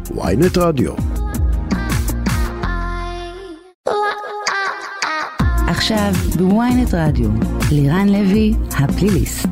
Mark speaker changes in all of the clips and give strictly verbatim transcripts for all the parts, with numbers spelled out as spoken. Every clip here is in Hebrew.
Speaker 1: וויינט רדיו.
Speaker 2: עכשיו בוויינט רדיו, לירן לוי, הפליליסט.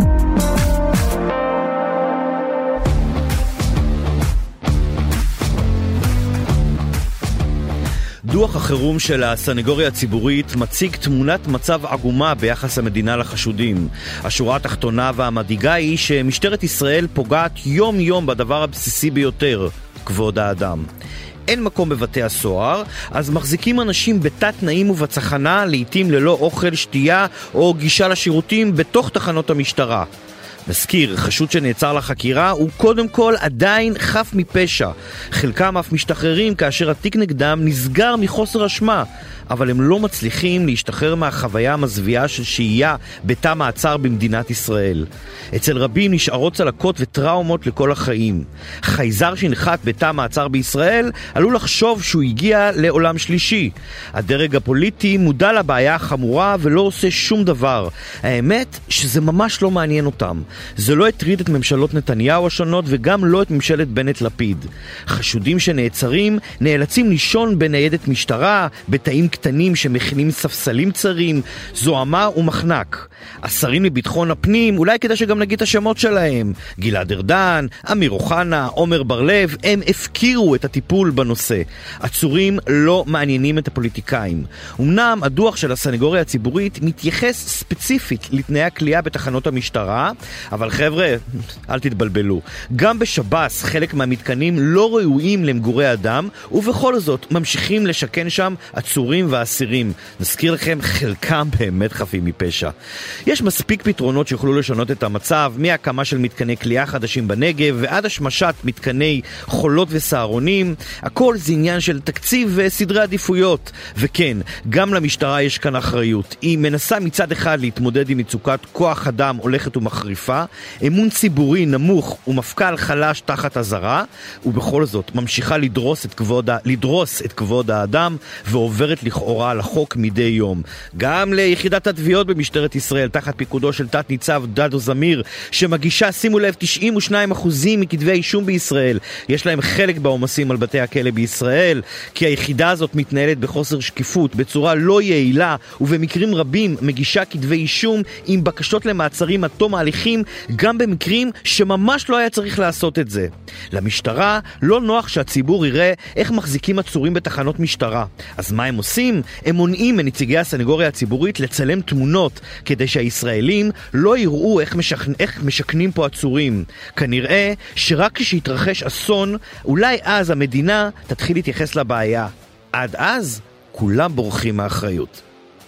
Speaker 3: דוח החירום של הסנגוריה הציבורית מציג תמונת מצב עגומה ביחס המדינה לחשודים. השורה התחתונה והמדאיגה היא שמשטרת ישראל פוגעת יום יום בדבר הבסיסי ביותר, כבוד האדם. אין מקום בבתי הסוהר, אז מחזיקים אנשים בתת תנאים ובצחנה, לעתים ללא אוכל, שתייה או גישה לשירותים בתוך תחנות המשטרה. נזכיר, חשוד שנעצר לחקירה הוא קודם כל עדיין חף מפשע. חלקם אף משתחררים כאשר התיק נגדם נסגר מחוסר אשמה, אבל הם לא מצליחים להשתחרר מהחוויה המזוויעה של שהייה בתא מעצר במדינת ישראל. אצל רבים נשארות צלקות וטראומות לכל החיים. חייזר שנחת בתא מעצר בישראל עלול לחשוב שהוא הגיע לעולם שלישי. הדרג הפוליטי מודע לבעיה החמורה ולא עושה שום דבר. האמת שזה ממש לא מעניין אותם. זה לא הטריד את ממשלות נתניהו השונות וגם לא את ממשלת בנט לפיד. חשודים שנעצרים נאלצים לישון בניידת משטרה, בתאים קטנים שמכינים ספסלים צרים, זוהמה ומחנק. השרים לביטחון הפנים, אולי כדאי שגם נגיד את השמות שלהם, גלעד ארדן, אמיר אוחנה, עומר בר-לב, הם הפקירו את הטיפול בנושא. עצורים לא מעניינים את הפוליטיקאים. אמנם הדוח של הסנגוריה הציבורית מתייחס ספציפית לתנאי הכליאה בתחנות המשטרה, אבל חבר'ה, אל תתבלבלו. גם בשב"ס חלק מהמתקנים לא ראויים למגורי אדם, ובכל זאת ממשיכים לשכן שם עצורים ואסירים. נזכיר לכם, חלקם באמת חפים מפשע. יש מספיק פתרונות שיוכלו לשנות את המצב, מהקמה של מתקני כליאה חדשים בנגב ועד השמשת מתקני חולות וסהרונים. הכל זה עניין של תקציב וסדרי עדיפויות. וכן, גם למשטרה יש כאן אחריות. היא מנסה מצד אחד להתמודד עם מצוקת כוח אדם הולכת ומחריפה, אמון ציבורי נמוך ומפכ"ל חלש תחת הזרה, ובכל זאת ממשיכה לדרוס את כבוד, לדרוס את כבוד האדם ועוברת לכאורה על החוק מדי יום. גם ליחידת התביעות במשטרת ישראל תחת פיקודו של תת ניצב דדו זמיר, שמגישה, שימו לב, תשעים ושניים אחוז מכתבי אישום בישראל. יש להם חלק בעומסים על בתי הכלא בישראל, כי היחידה הזאת מתנהלת בחוסר שקיפות, בצורה לא יעילה, ובמקרים רבים מגישה כתבי אישום עם בקשות למעצרים עד תום ההליכים, גם במקרים שממש לא היה צריך לעשות את זה. למשטרה לא נוח שהציבור יראה איך מחזיקים עצורים בתחנות משטרה. אז מה הם עושים? הם מונעים מנציגי הסנגוריה הציבורית לצלם תמונות, כדי שהישראלים לא יראו איך, משכנ... איך משכנים פה עצורים. כנראה שרק כשיתרחש אסון, אולי אז המדינה תתחיל להתייחס לבעיה. עד אז כולם בורחים מהאחריות.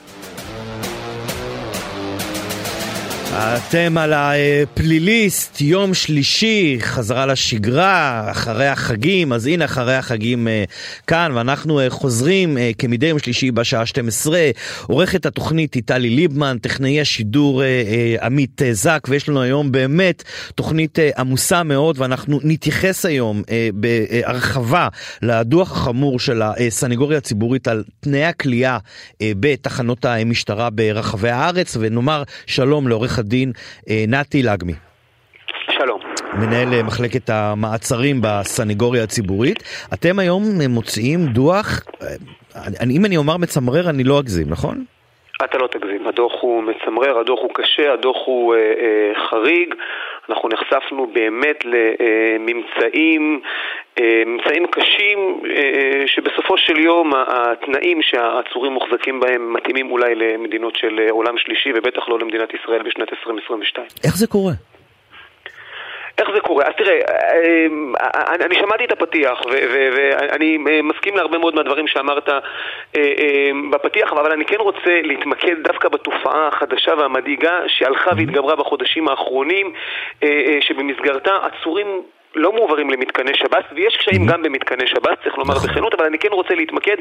Speaker 3: אתם על הפליליסט, יום שלישי, חזרה לשגרה, אחרי החגים, אז הנה אחרי החגים כאן, ואנחנו חוזרים כמדי יום שלישי בשעה שתים עשרה, עורכת התוכנית איטלי ליבמן, טכנאי השידור עמית זק, ויש לנו היום באמת תוכנית עמוסה מאוד, ואנחנו נתייחס היום בהרחבה לדוח החמור של הסנגוריה הציבורית על תנאי הכליאה בתחנות המשטרה ברחבי הארץ, ונאמר שלום לעורך הדין נתי לגמי.
Speaker 4: שלום.
Speaker 3: מנהל מחלקת המעצרים בסנגוריה הציבורית. אתם היום מוציאים דוח, אני, אם אני אומר מצמרר, אני לא אגזים, נכון?
Speaker 4: אתה לא תגזים. הדוח הוא מצמרר, הדוח הוא קשה, הדוח הוא אה, אה, חריג. אנחנו נחשפנו באמת לממצאים, אה, ממצאים קשים, אה, שבסופו של יום התנאים שהעצורים מוחזקים בהם מתאימים אולי למדינות של עולם שלישי, ובטח לא למדינת ישראל בשנת עשרים עשרים ושתיים.
Speaker 3: איך זה קורה?
Speaker 4: איך זה קורה? אז תראה, אני שמעתי את הפתיח ואני מסכים להרבה מאוד מהדברים שאמרת בפתיח, אבל אני כן רוצה להתמקד דווקא בתופעה החדשה והמדאיגה שהלכה והתגברה בחודשים האחרונים, שבמסגרתה עצורים לא מעוברים למתקני שב"ס, ויש קשיים גם במתקני שב"ס, צריך לומר בכנות, אבל אני כן רוצה להתמקד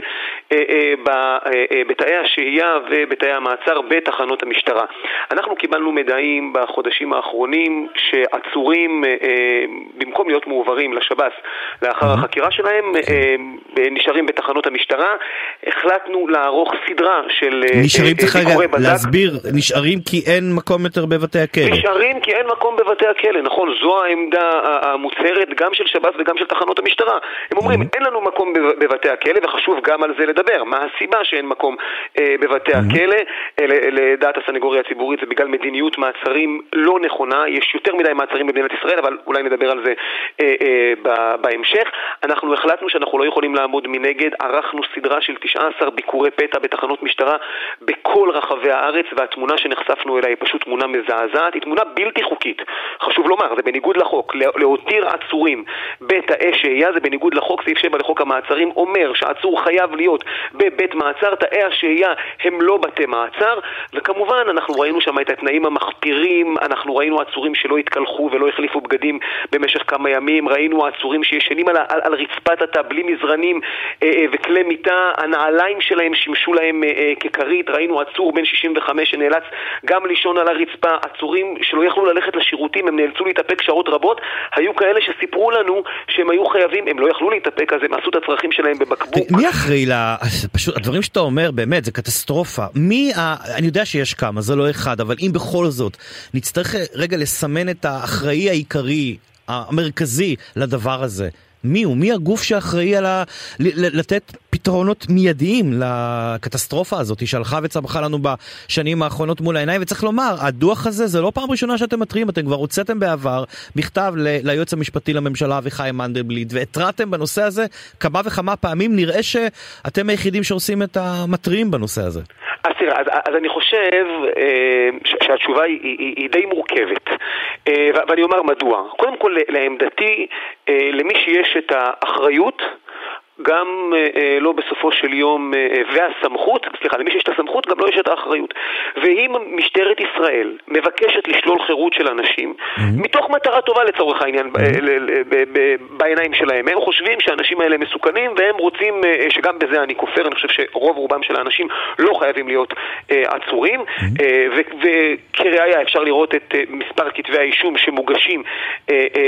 Speaker 4: בתאי השהייה ובתאי המעצר בתחנות המשטרה. אנחנו קיבלנו מידעים בחודשים האחרונים שעצורים, במקום להיות מעוברים לשב"ס לאחר החקירה שלהם, נשארים בתחנות המשטרה. החלטנו לערוך סדרה של
Speaker 3: נשארים, צריך להסביר, נשארים כי אין מקום יותר בבתי הכלא.
Speaker 4: נשארים כי אין מקום בבתי הכלא, נכון, זו העמדה המוצאת מוצהרת גם של שב"ס וגם של תחנות המשטרה. הם אומרים, אין לנו מקום בבתי הכלא, וחשוב גם על זה לדבר. מה הסיבה שאין מקום בבתי הכלא? לדעת הסנגוריה הציבורית זה בגלל מדיניות מעצרים לא נכונה. יש יותר מדי מעצרים במדינת ישראל, אבל אולי נדבר על זה בהמשך. אנחנו החלטנו שאנחנו לא יכולים לעמוד מנגד. ערכנו סדרה של תשעה עשר ביקורי פתע בתחנות משטרה בכל רחבי הארץ, והתמונה שנחשפנו אליה היא פשוט תמונה מזעזעת, היא תמונה בלתי חוקית. חשוב לומר, זה בניגוד לחוק. להותיר עצורים בתאי שהייה זה בניגוד לחוק. סעיף שבע לחוק המעצרים אומר שהעצור חייב להיות בבית מעצר. תאי השהייה הם לא בתי מעצר, וכמובן אנחנו ראינו שם את התנאים המחפירים. אנחנו ראינו עצורים שלא התקלחו ולא החליפו בגדים במשך כמה ימים. ראינו עצורים שישנים על, על, על רצפת התא בלי מזרנים אה, אה, וכלי מיטה. הנעליים שלהם שימשו להם אה, כקרית. ראינו עצור בן שישים וחמש שנאלץ גם לישון על הרצפה. עצורים שלא יכלו ללכת לשירותים, הם נאלצו להתאפק שעות רבות. היו כאלה שסיפרו לנו שהם היו חייבים, הם לא יכלו להתאפק, אז הם עשו את הצרכים שלהם בבקבוק.
Speaker 3: מי אחראי לה? פשוט הדברים שאתה אומר באמת זה קטסטרופה. מי ה... אני יודע שיש כמה, זה לא אחד, אבל אם בכל זאת נצטרך רגע לסמן את האחראי העיקרי המרכזי לדבר הזה, מי הוא? מי הגוף שאחראי על ה... לתת פתרונות מיידיים לקטסטרופה הזאת שהלכה וצמחה לנו בשנים האחרונות מול העיניים? וצריך לומר, הדוח הזה זה לא פעם ראשונה שאתם מטרים, אתם כבר הוצאתם בעבר מכתב ליועץ המשפטי לממשלה אביחי מנדלבליט, והתרעתם בנושא הזה כמה וכמה פעמים. נראה שאתם היחידים שעושים את המטרים בנושא הזה.
Speaker 4: אז תראה, אז, אז אני חושב אה, שהתשובה היא, היא, היא די מורכבת, אה, ואני אומר מדוע. קודם כל, לעמדתי, אה, למי שיש את האחריות, גם אה, לא בסופו של יום אה, והסמכות, סליחה, למי שיש את הסמכות גם לא יש את האחריות. ואם משטרת ישראל מבקשת לשלול חירות של אנשים, mm-hmm. מתוך מטרה טובה לצורך העניין, mm-hmm. ב- ב- ב- ב- בעיניים שלהם, הם חושבים שהאנשים האלה מסוכנים, והם רוצים, אה, שגם בזה אני כופר, אני חושב שרוב רובם של האנשים לא חייבים להיות אה, עצורים, mm-hmm. אה, ו- וכראיה אפשר לראות את אה, מספר כתבי האישום שמוגשים אה, אה,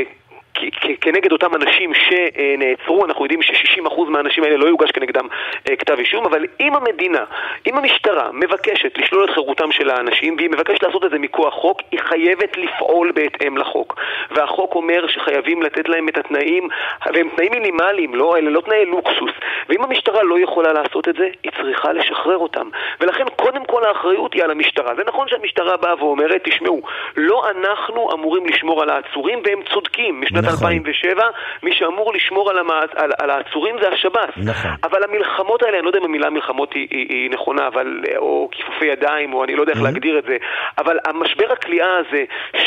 Speaker 4: כנגד אותם אנשים שנעצרו. אנחנו יודעים ש-שישים אחוז מהאנשים האלה לא יוגש כנגדם כתב אישום, אבל אם המדינה, אם המשטרה מבקשת לשלול את חירותם של האנשים, והיא מבקשת לעשות את זה מכוח חוק, היא חייבת לפעול בהתאם לחוק. והחוק אומר שחייבים לתת להם את התנאים, והם תנאים מינימליים, לא, אלה לא תנאי לוקסוס. ואם המשטרה לא יכולה לעשות את זה, היא צריכה לשחרר אותם. ולכן קודם כל האחריות היא על המשטרה. זה נכון שהמשטרה באה ואומרת, תשמעו, לא אנחנו אמורים לשמור על העצורים, והם צודקים. משנת נכון. אלפיים ושבע, מי שאמור לשמור על, המע... על, על העצורים זה השב"ס. נכון. אבל המלחמות האלה, אני לא יודע אם המילה מלחמות היא, היא, היא נכונה, אבל, או כיפופי ידיים, או אני לא יודע איך mm-hmm. להגדיר את זה, אבל המשבר הכליאה הזה ש,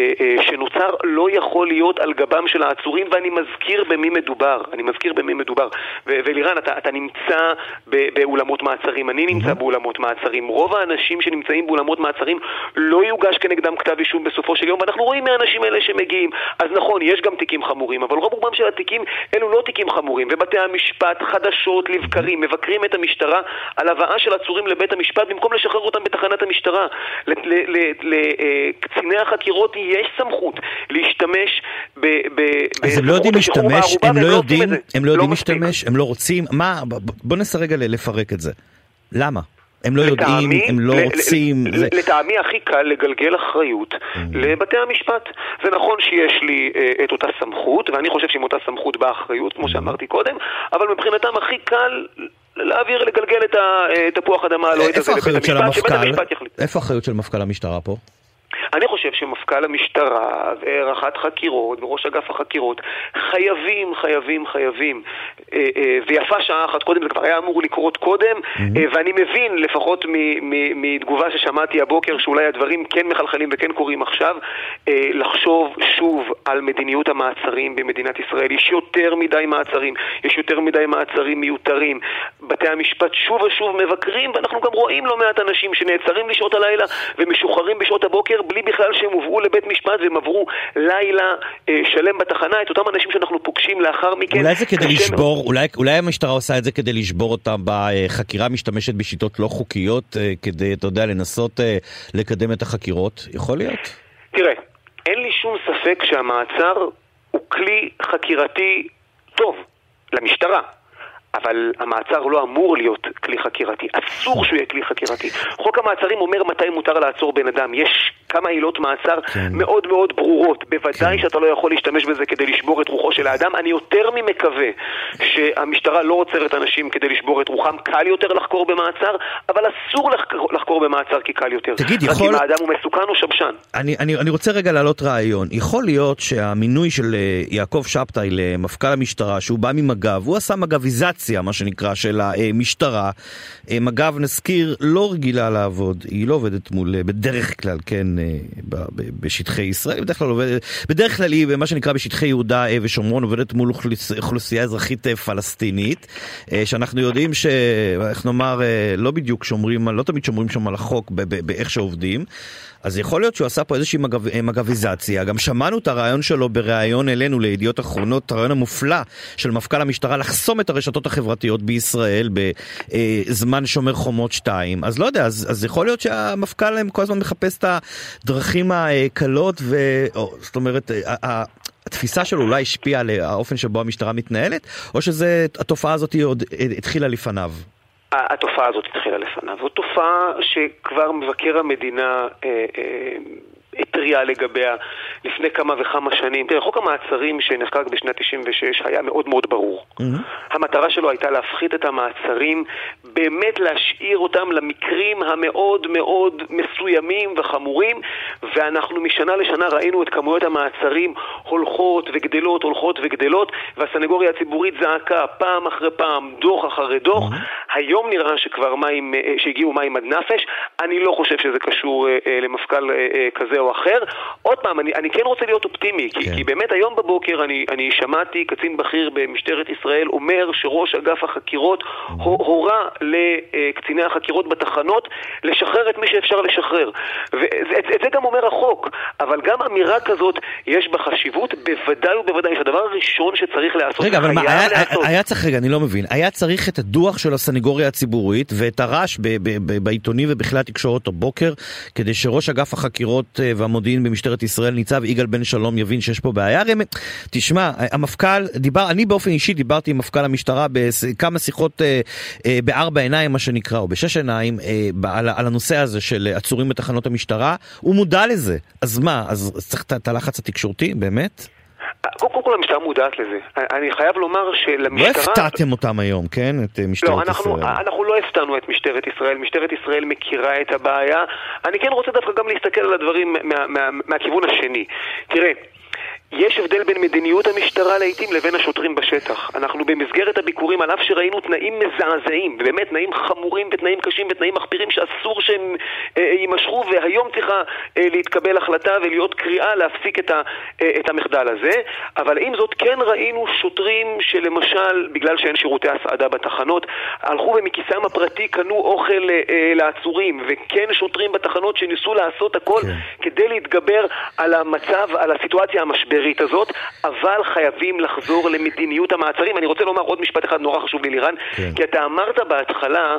Speaker 4: שנוצר לא יכול להיות על גבם של העצורים, ואני מזכיר במי מדובר. אני מזכיר במי מדובר. ו- ולירן, אתה, אתה נמצא באולמות מעצרים, אני נמצא mm-hmm. באולמות מעצרים. רוב האנשים שנמצאים באולמות מעצרים לא יוגש כנגדם כתב אישום בסופו של יום, ואנחנו רואים מהאנשים האלה שמגיעים. אז נכון, יש גם תיקים חמורים, אבל רוב רובם של התיקים אלו לא תיקים חמורים, ובתי המשפט חדשות לבקרים מבקרים את המשטרה על הבאה של עצורים לבית המשפט במקום לשחרר אותם בתחנת המשטרה. לקציני החקירות יש סמכות להשתמש ב...
Speaker 3: אז הם לא יודעים להשתמש, הם לא יודעים, הם לא יודעים להשתמש, הם לא רוצים. מה? בוא ננסה רגע לפרק את זה. למה? הם לא יודעים, הם לא רוצים.
Speaker 4: לטעמי הכי קל לגלגל אחריות לבתי המשפט. זה נכון שיש לי את אותה סמכות, ואני חושב שעם אותה סמכות באחריות, כמו שאמרתי קודם, אבל מבחינתם הכי קל להעביר, לגלגל את תפוח אדמה הלוהט הזה לבית המשפט, שבית המשפט יחליט.
Speaker 3: איפה האחריות של מפכ"ל המשטרה פה?
Speaker 4: אני חושב שמפכ"ל המשטרה ורח"ט חקירות וראש אגף החקירות חייבים, חייבים, חייבים, ויפה שעה אחת קודם, זה כבר היה אמור לקרות קודם, ואני מבין לפחות מתגובה ששמעתי הבוקר שאולי הדברים כן מחלחלים וכן קורים עכשיו, לחשוב שוב על מדיניות המעצרים במדינת ישראל. יש יותר מדי מעצרים, יש יותר מדי מעצרים מיותרים. בתי המשפט שוב ושוב מבקרים, ואנחנו גם רואים לא מעט אנשים שנעצרים לשעות הלילה ומשוחררים בשעות הבוקר בלי בכלל שהם הובאו לבית משפט והם עברו לילה אה, שלם בתחנה. את אותם אנשים שאנחנו פוגשים לאחר מכן.
Speaker 3: אולי זה כדי לשבור, אולי, אולי המשטרה עושה את זה כדי לשבור אותם בחקירה, משתמשת בשיטות לא חוקיות אה, כדי, אתה יודע, לנסות אה, לקדם את החקירות? יכול להיות?
Speaker 4: תראה, אין לי שום ספק שהמעצר הוא כלי חקירתי טוב למשטרה. אבל המעצר לא אמור להיות כלי חקירתי, אסור שהוא יהיה כלי חקירתי. חוק המעצרים אומר מתי מותר לעצור בן אדם, יש כמה עילות מעצר כן. מאוד מאוד ברורות, בוודאי כן. שאתה לא יכול להשתמש בזה כדי לשבור את רוחו של האדם. אני יותר ממקווה שהמשטרה לא עוצרת אנשים כדי לשבור את רוחם, קל יותר לחקור במעצר, אבל אסור לחקור, לחקור במעצר כי קל יותר.
Speaker 3: תגיד,
Speaker 4: רק
Speaker 3: יכול...
Speaker 4: אם האדם הוא מסוכן או שבשן.
Speaker 3: אני, אני, אני רוצה רגע להעלות רעיון. יכול להיות שהמינוי של יעקב שבתאי למפכ"ל המשטרה, שהוא בא ממג"ב, הוא עשה מג"ביזציה, מה שנקרא, של המשטרה. מג"ב, נזכיר, לא רגילה לעבוד. היא לא עובדת מול, בדרך כלל, כן, בשטחי ישראל. בדרך כלל עובדת, בדרך כלל היא, מה שנקרא, בשטחי יהודה ושומרון, עובדת מול אוכלוסייה אזרחית פלסטינית, שאנחנו יודעים ש, איך נאמר, לא בדיוק שומרים, לא תמיד שומרים שם על החוק באיך שעובדים. אז יכול להיות שהוא עשה פה איזושהי מגב, מגביזציה. גם שמענו את הרעיון שלו בראיון אלינו לידיעות אחרונות, הרעיון המופלא של מפכ"ל המשטרה לחסום את הרשתות החברתיות בישראל בזמן שומר חומות שתיים. אז לא יודע, אז, אז יכול להיות שהמפכ"ל כל הזמן מחפש את הדרכים הקלות, ו, או, זאת אומרת, התפיסה שלו אולי השפיעה על האופן שבו המשטרה מתנהלת, או שהתופעה הזאת עוד התחילה לפניו?
Speaker 4: התופעה הזאת התחילה לפניו. זו תופעה שכבר מבקר המדינה אה, אה, התריע לגביה לפני כמה וכמה שנים. תראה, חוק המעצרים שנחקק בשנת תשעים ושש היה מאוד מאוד ברור. Mm-hmm. המטרה שלו הייתה להפחית את המעצרים, באמת להשאיר אותם למקרים המאוד מאוד מסוימים וחמורים, ואנחנו משנה לשנה ראינו את כמויות המעצרים הולכות וגדלות, הולכות וגדלות, והסנגוריה הציבורית זעקה פעם אחרי פעם, דוח אחרי דוח. Mm-hmm. היום נראה שכבר מים, שהגיעו מים עד נפש. אני לא חושב שזה קשור למפכ"ל כזה או אחר. עוד פעם, אני, אני כן רוצה להיות אופטימי, כי, כן. כי באמת היום בבוקר אני, אני שמעתי קצין בכיר במשטרת ישראל אומר שראש אגף החקירות mm-hmm. הורה לקציני החקירות בתחנות לשחרר את מי שאפשר לשחרר. ואת את זה גם אומר החוק, אבל גם אמירה כזאת יש בה חשיבות, בוודאי ובוודאי. שהדבר הראשון שצריך לעשות,
Speaker 3: רגע, אבל מה, היה, לעשות. היה צריך, רגע, אני לא מבין, היה צריך את הדוח של הסנגוריה הציבורית ואת הרעש ב- ב- ב- בעיתונים ובכלי התקשורת הבוקר, כדי שראש אגף החקירות והמודיעין במשטרת ישראל, ניצב יגאל בן שלום, יבין שיש פה בעיה. הרי, תשמע, המפכ"ל דיבר, אני באופן אישי דיברתי עם מפכ"ל המשטרה בכמה שיחות אה, אה, בארבע עיניים, מה שנקרא, או בשש עיניים, אה, על, על הנושא הזה של עצורים בתחנות המשטרה. הוא מודע לזה. אז מה? אז צריך את הלחץ התקשורתי, באמת?
Speaker 4: קודם כל המשטרה מודעת לזה. אני חייב לומר שלמשטרה...
Speaker 3: לא הפתעתם אותם היום, כן? את משטרת
Speaker 4: לא, אנחנו, ישראל. אנחנו לא הפתענו את משטרת ישראל. משטרת ישראל מכירה את הבעיה. אני כן רוצה דווקא גם להסתכל על הדברים מה, מה, מהכיוון השני. תראה, יש הבדל בין מדיניות המשטרה לעתים לבין השוטרים בשטח. אנחנו במסגרת הביקורים, על אף שראינו תנאים מזעזעים, באמת תנאים חמורים ותנאים קשים ותנאים מחפירים שאסור שהם אה, יימשכו, והיום צריכה אה, להתקבל החלטה ולהיות קריאה להפסיק את, ה, אה, את המחדל הזה. אבל עם זאת כן ראינו שוטרים שלמשל, בגלל שאין שירותי הסעדה בתחנות, הלכו ומכיסם הפרטי קנו אוכל אה, לעצורים, וכן שוטרים בתחנות שניסו לעשות הכל כן. כדי להתגבר על המצב, על הסיטואציה המשבר הזאת, אבל חייבים לחזור למדיניות המעצרים. אני רוצה לומר עוד משפט אחד נורא חשוב לי, לירן, כן. כי אתה אמרת בהתחלה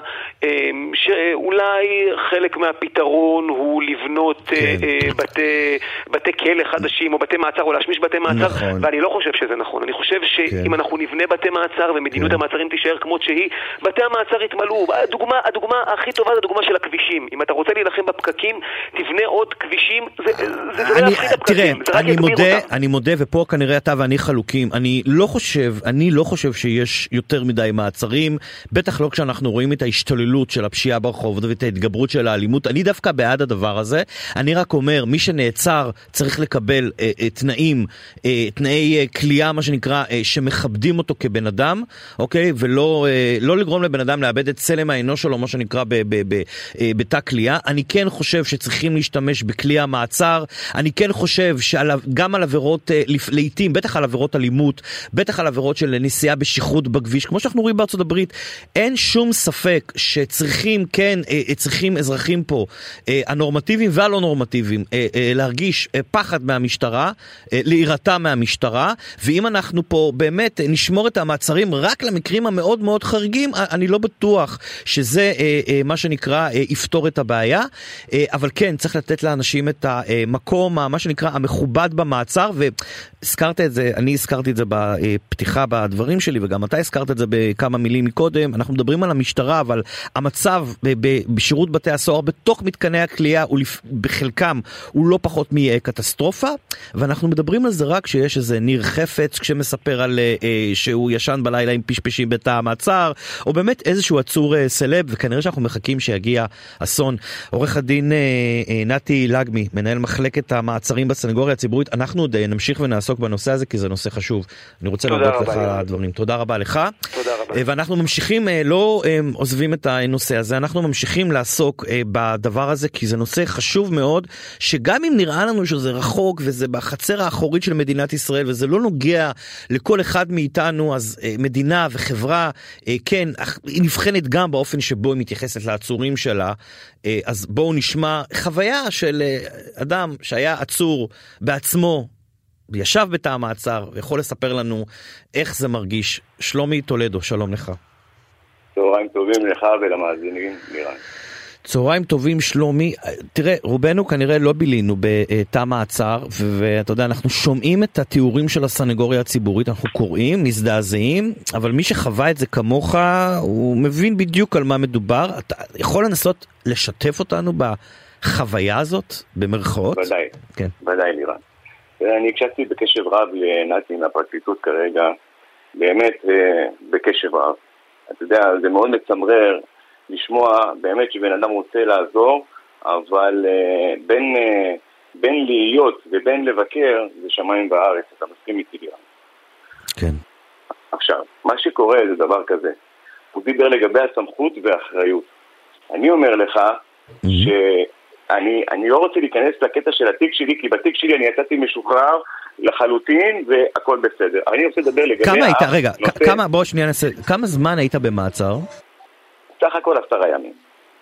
Speaker 4: שאולי חלק מהפתרון הוא לבנות כן. בתי, בתי כלא חדשים או בתי מעצר או להשמיש בתי מעצר, נכון. ואני לא חושב שזה נכון. אני חושב שאם כן. אנחנו נבנה בתי מעצר ומדיניות כן. המעצרים תישאר כמות שהיא, בתי המעצר יתמלאו. הדוגמה, הדוגמה הכי טובה זה הדוגמה של הכבישים. אם אתה רוצה להילחם בפקקים, תבנה עוד כבישים, זה, זה, זה לא יפחית הפקקים.
Speaker 3: תראה, אני מודה, אני מודה, ופה כנראה אתה ואני חלוקים. אני לא חושב, אני לא חושב שיש יותר מדי מעצרים, בטח לא כשאנחנו רואים את ההשתוללות של הפשיעה ברחוב ואת ההתגברות של האלימות. אני דווקא בעד הדבר הזה. אני רק אומר, מי שנעצר צריך לקבל אה, אה, תנאים, אה, תנאי אה, כליאה, מה שנקרא, אה, שמכבדים אותו כבן אדם, אוקיי? ולא אה, לא לגרום לבן אדם לאבד את צלם האנוש שלו, מה שנקרא ב, ב, ב, אה, בתא כליאה. אני כן חושב שצריכים להשתמש בכלי המעצר. אני כן חושב שגם על עבירות לעתים, בטח על עבירות אלימות, בטח על עבירות של נסיעה בשכרות בכביש, כמו שאנחנו רואים בארצות הברית, אין שום ספק שצריכים, כן, צריכים אזרחים פה, הנורמטיביים והלא נורמטיביים, להרגיש פחד מהמשטרה, להירתע מהמשטרה, ואם אנחנו פה באמת נשמור את המעצרים רק למקרים המאוד מאוד חריגים, אני לא בטוח שזה מה שנקרא יפתור את הבעיה, אבל כן, צריך לתת לאנשים את המקום, מה שנקרא, המכובד במעצר, ו הזכרת את זה, אני הזכרתי את זה בפתיחה בדברים שלי, וגם אתה הזכרת את זה בכמה מילים מקודם. אנחנו מדברים על המשטרה, אבל המצב בשירות בתי הסוהר בתוך מתקני הכלייה, בחלקם הוא לא פחות מקטסטרופה, ואנחנו מדברים על זה רק שיש איזה ניר חפץ כשמספר על שהוא ישן בלילה עם פשפשים בתא המעצר, או באמת איזשהו עצור סלב, וכנראה שאנחנו מחכים שיגיע אסון. עורך הדין נתי לגמי, מנהל מחלקת המעצרים בסנגוריה הציבורית, אנחנו עוד נמשיך ונעסוק בנושא הזה, כי זה נושא חשוב. אני רוצה להודות לך על הדברים. תודה רבה לך.
Speaker 4: תודה רבה.
Speaker 3: ואנחנו ממשיכים, לא עוזבים את הנושא הזה, אנחנו ממשיכים לעסוק בדבר הזה, כי זה נושא חשוב מאוד, שגם אם נראה לנו שזה רחוק, וזה בחצר האחורית של מדינת ישראל, וזה לא נוגע לכל אחד מאיתנו, אז מדינה וחברה, כן, היא נבחנת גם באופן שבו היא מתייחסת לעצורים שלה. אז בואו נשמע חוויה של אדם שהיה עצור בעצמו, ישב בתא המעצר, ויכול לספר לנו איך זה מרגיש. שלומי טולדו, שלום לך.
Speaker 1: צהריים טובים לך ולמאזינים, לירן.
Speaker 3: צהריים טובים, שלומי. תראה, רובנו כנראה לא בילינו בתא מעצר, ואתה יודע, אנחנו שומעים את התיאורים של הסנגוריה הציבורית, אנחנו קוראים, מזדעזעים, אבל מי שחווה את זה כמוך, הוא מבין בדיוק על מה מדובר. אתה יכול לנסות לשתף אותנו בחוויה הזאת, במרכאות?
Speaker 1: ודאי,
Speaker 3: כן.
Speaker 1: ודאי, לירן. אני הקשבתי בקשב רב לנתי מהפרקליטות כרגע, באמת בקשב רב. אתה יודע, זה מאוד מצמרר לשמוע באמת שבן אדם רוצה לעזור, אבל uh, בין, uh, בין להיות ובין לבקר זה שמיים וארץ, אתה מסכים איתי לירן.
Speaker 3: כן.
Speaker 1: עכשיו, מה שקורה זה דבר כזה, הוא דיבר לגבי הסמכות והאחריות. אני אומר לך mm-hmm. שאני אני לא רוצה להיכנס לקטע של התיק שלי, כי בתיק שלי אני יצאתי משוחרר לחלוטין והכל בסדר. אני רוצה לדבר לגבי...
Speaker 3: כמה היית, רגע, נושא... כמה, בוא שנייה נעשה, כמה זמן היית במעצר?
Speaker 1: סך הכל עשרה ימים.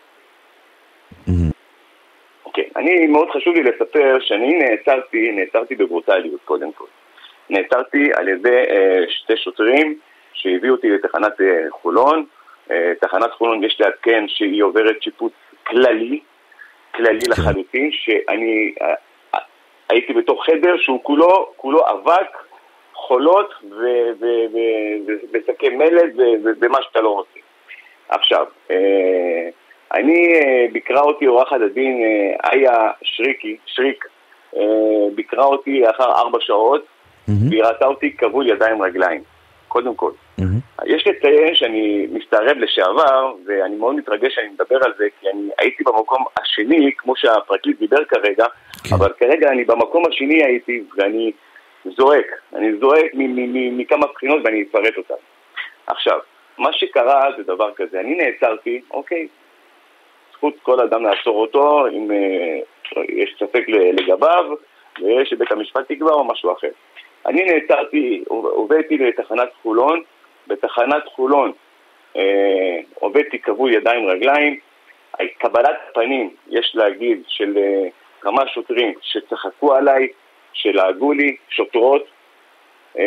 Speaker 1: אוקיי, אני מאוד חשוב לי לספר שאני נעצרתי, נעצרתי בברוטליות קודם כל. נעצרתי על ידי אה, שתי שוטרים שהביאו אותי לתחנת אה, חולון. אה, תחנת חולון יש לעדכן שהיא עוברת שיפוץ כללי, כללי לחלוטין, שאני אה, הייתי בתוך חדר שהוא כולו, כולו אבק, חולות ושקי מלט ומה שאתה לא רוצה. עכשיו, אני ביקרה אותי עורכת הדין איה שריקי, שריק, ביקרה אותי לאחר ארבע שעות, והיא ראתה אותי כבול ידיים רגליים, קודם כל. יש לציין שאני מסתערב לשעבר, ואני מאוד מתרגש שאני מדבר על זה, כי אני הייתי במקום השני, כמו שהפרקליט דיבר כרגע, אבל כרגע אני במקום השני הייתי, ואני זועק, אני זועק מכמה בחינות ואני אפרט אותם. עכשיו, מה שקרה זה דבר כזה, אני נעצרתי, אוקיי, זכות כל אדם לעצור אותו, אם אה, יש ספק לגביו, ויש שבית המשפט תקבע או משהו אחר. אני נעצרתי, עובדתי לתחנת חולון, בתחנת חולון אה, עובדתי כבול ידיים רגליים, קבלת פנים, יש להגיד, של אה, כמה שוטרים שצחקו עליי, שלעגו לי, שוטרות, אה,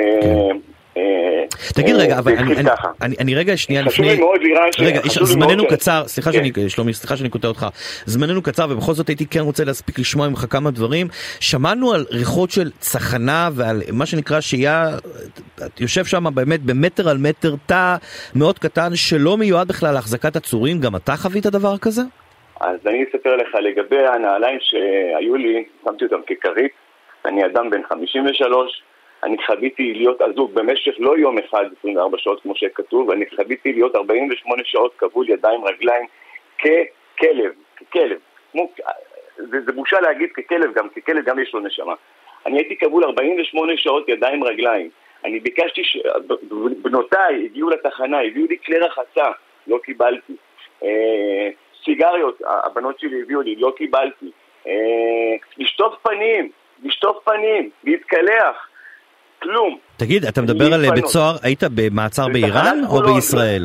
Speaker 3: תגיד רגע, אבל אני רגע שנייה לפני, רגע, זמננו קצר, סליחה שאני, שלומי, סליחה שאני קוטע אותך, זמננו קצר ובכל זאת הייתי כן רוצה להספיק לשמוע ממך כמה דברים. שמענו על ריחות של צחנה ועל מה שנקרא שיהיה, יושב שם באמת במטר על מטר תא מאוד קטן שלא מיועד בכלל להחזקת עצורים. גם אתה חווית דבר כזה?
Speaker 1: אז אני אספר לך לגבי הנעליים שהיו לי, שמתי אותם ככרית, אני אדם בן חמישים ושלוש, אני חוויתי להיות עזוב במשך לא יום אחד, עשרים וארבע שעות כמו שכתוב, אני חוויתי להיות ארבעים ושמונה שעות כבול ידיים רגליים ככלב, ככלב. כמו, זה, זה בושה להגיד ככלב, גם ככלב גם יש לו נשמה. אני הייתי כבול ארבעים ושמונה שעות ידיים רגליים. אני ביקשתי, ש... בנותיי הגיעו לתחנה, הביאו לי כלי רחצה, לא קיבלתי. אה, סיגריות, הבנות שלי הביאו לי, לא קיבלתי. אה, לשטוף פנים, לשטוף פנים, להתקלח. כלום.
Speaker 3: תגיד, אתה מדבר על בית סוהר, היית במעצר באיראן או בישראל?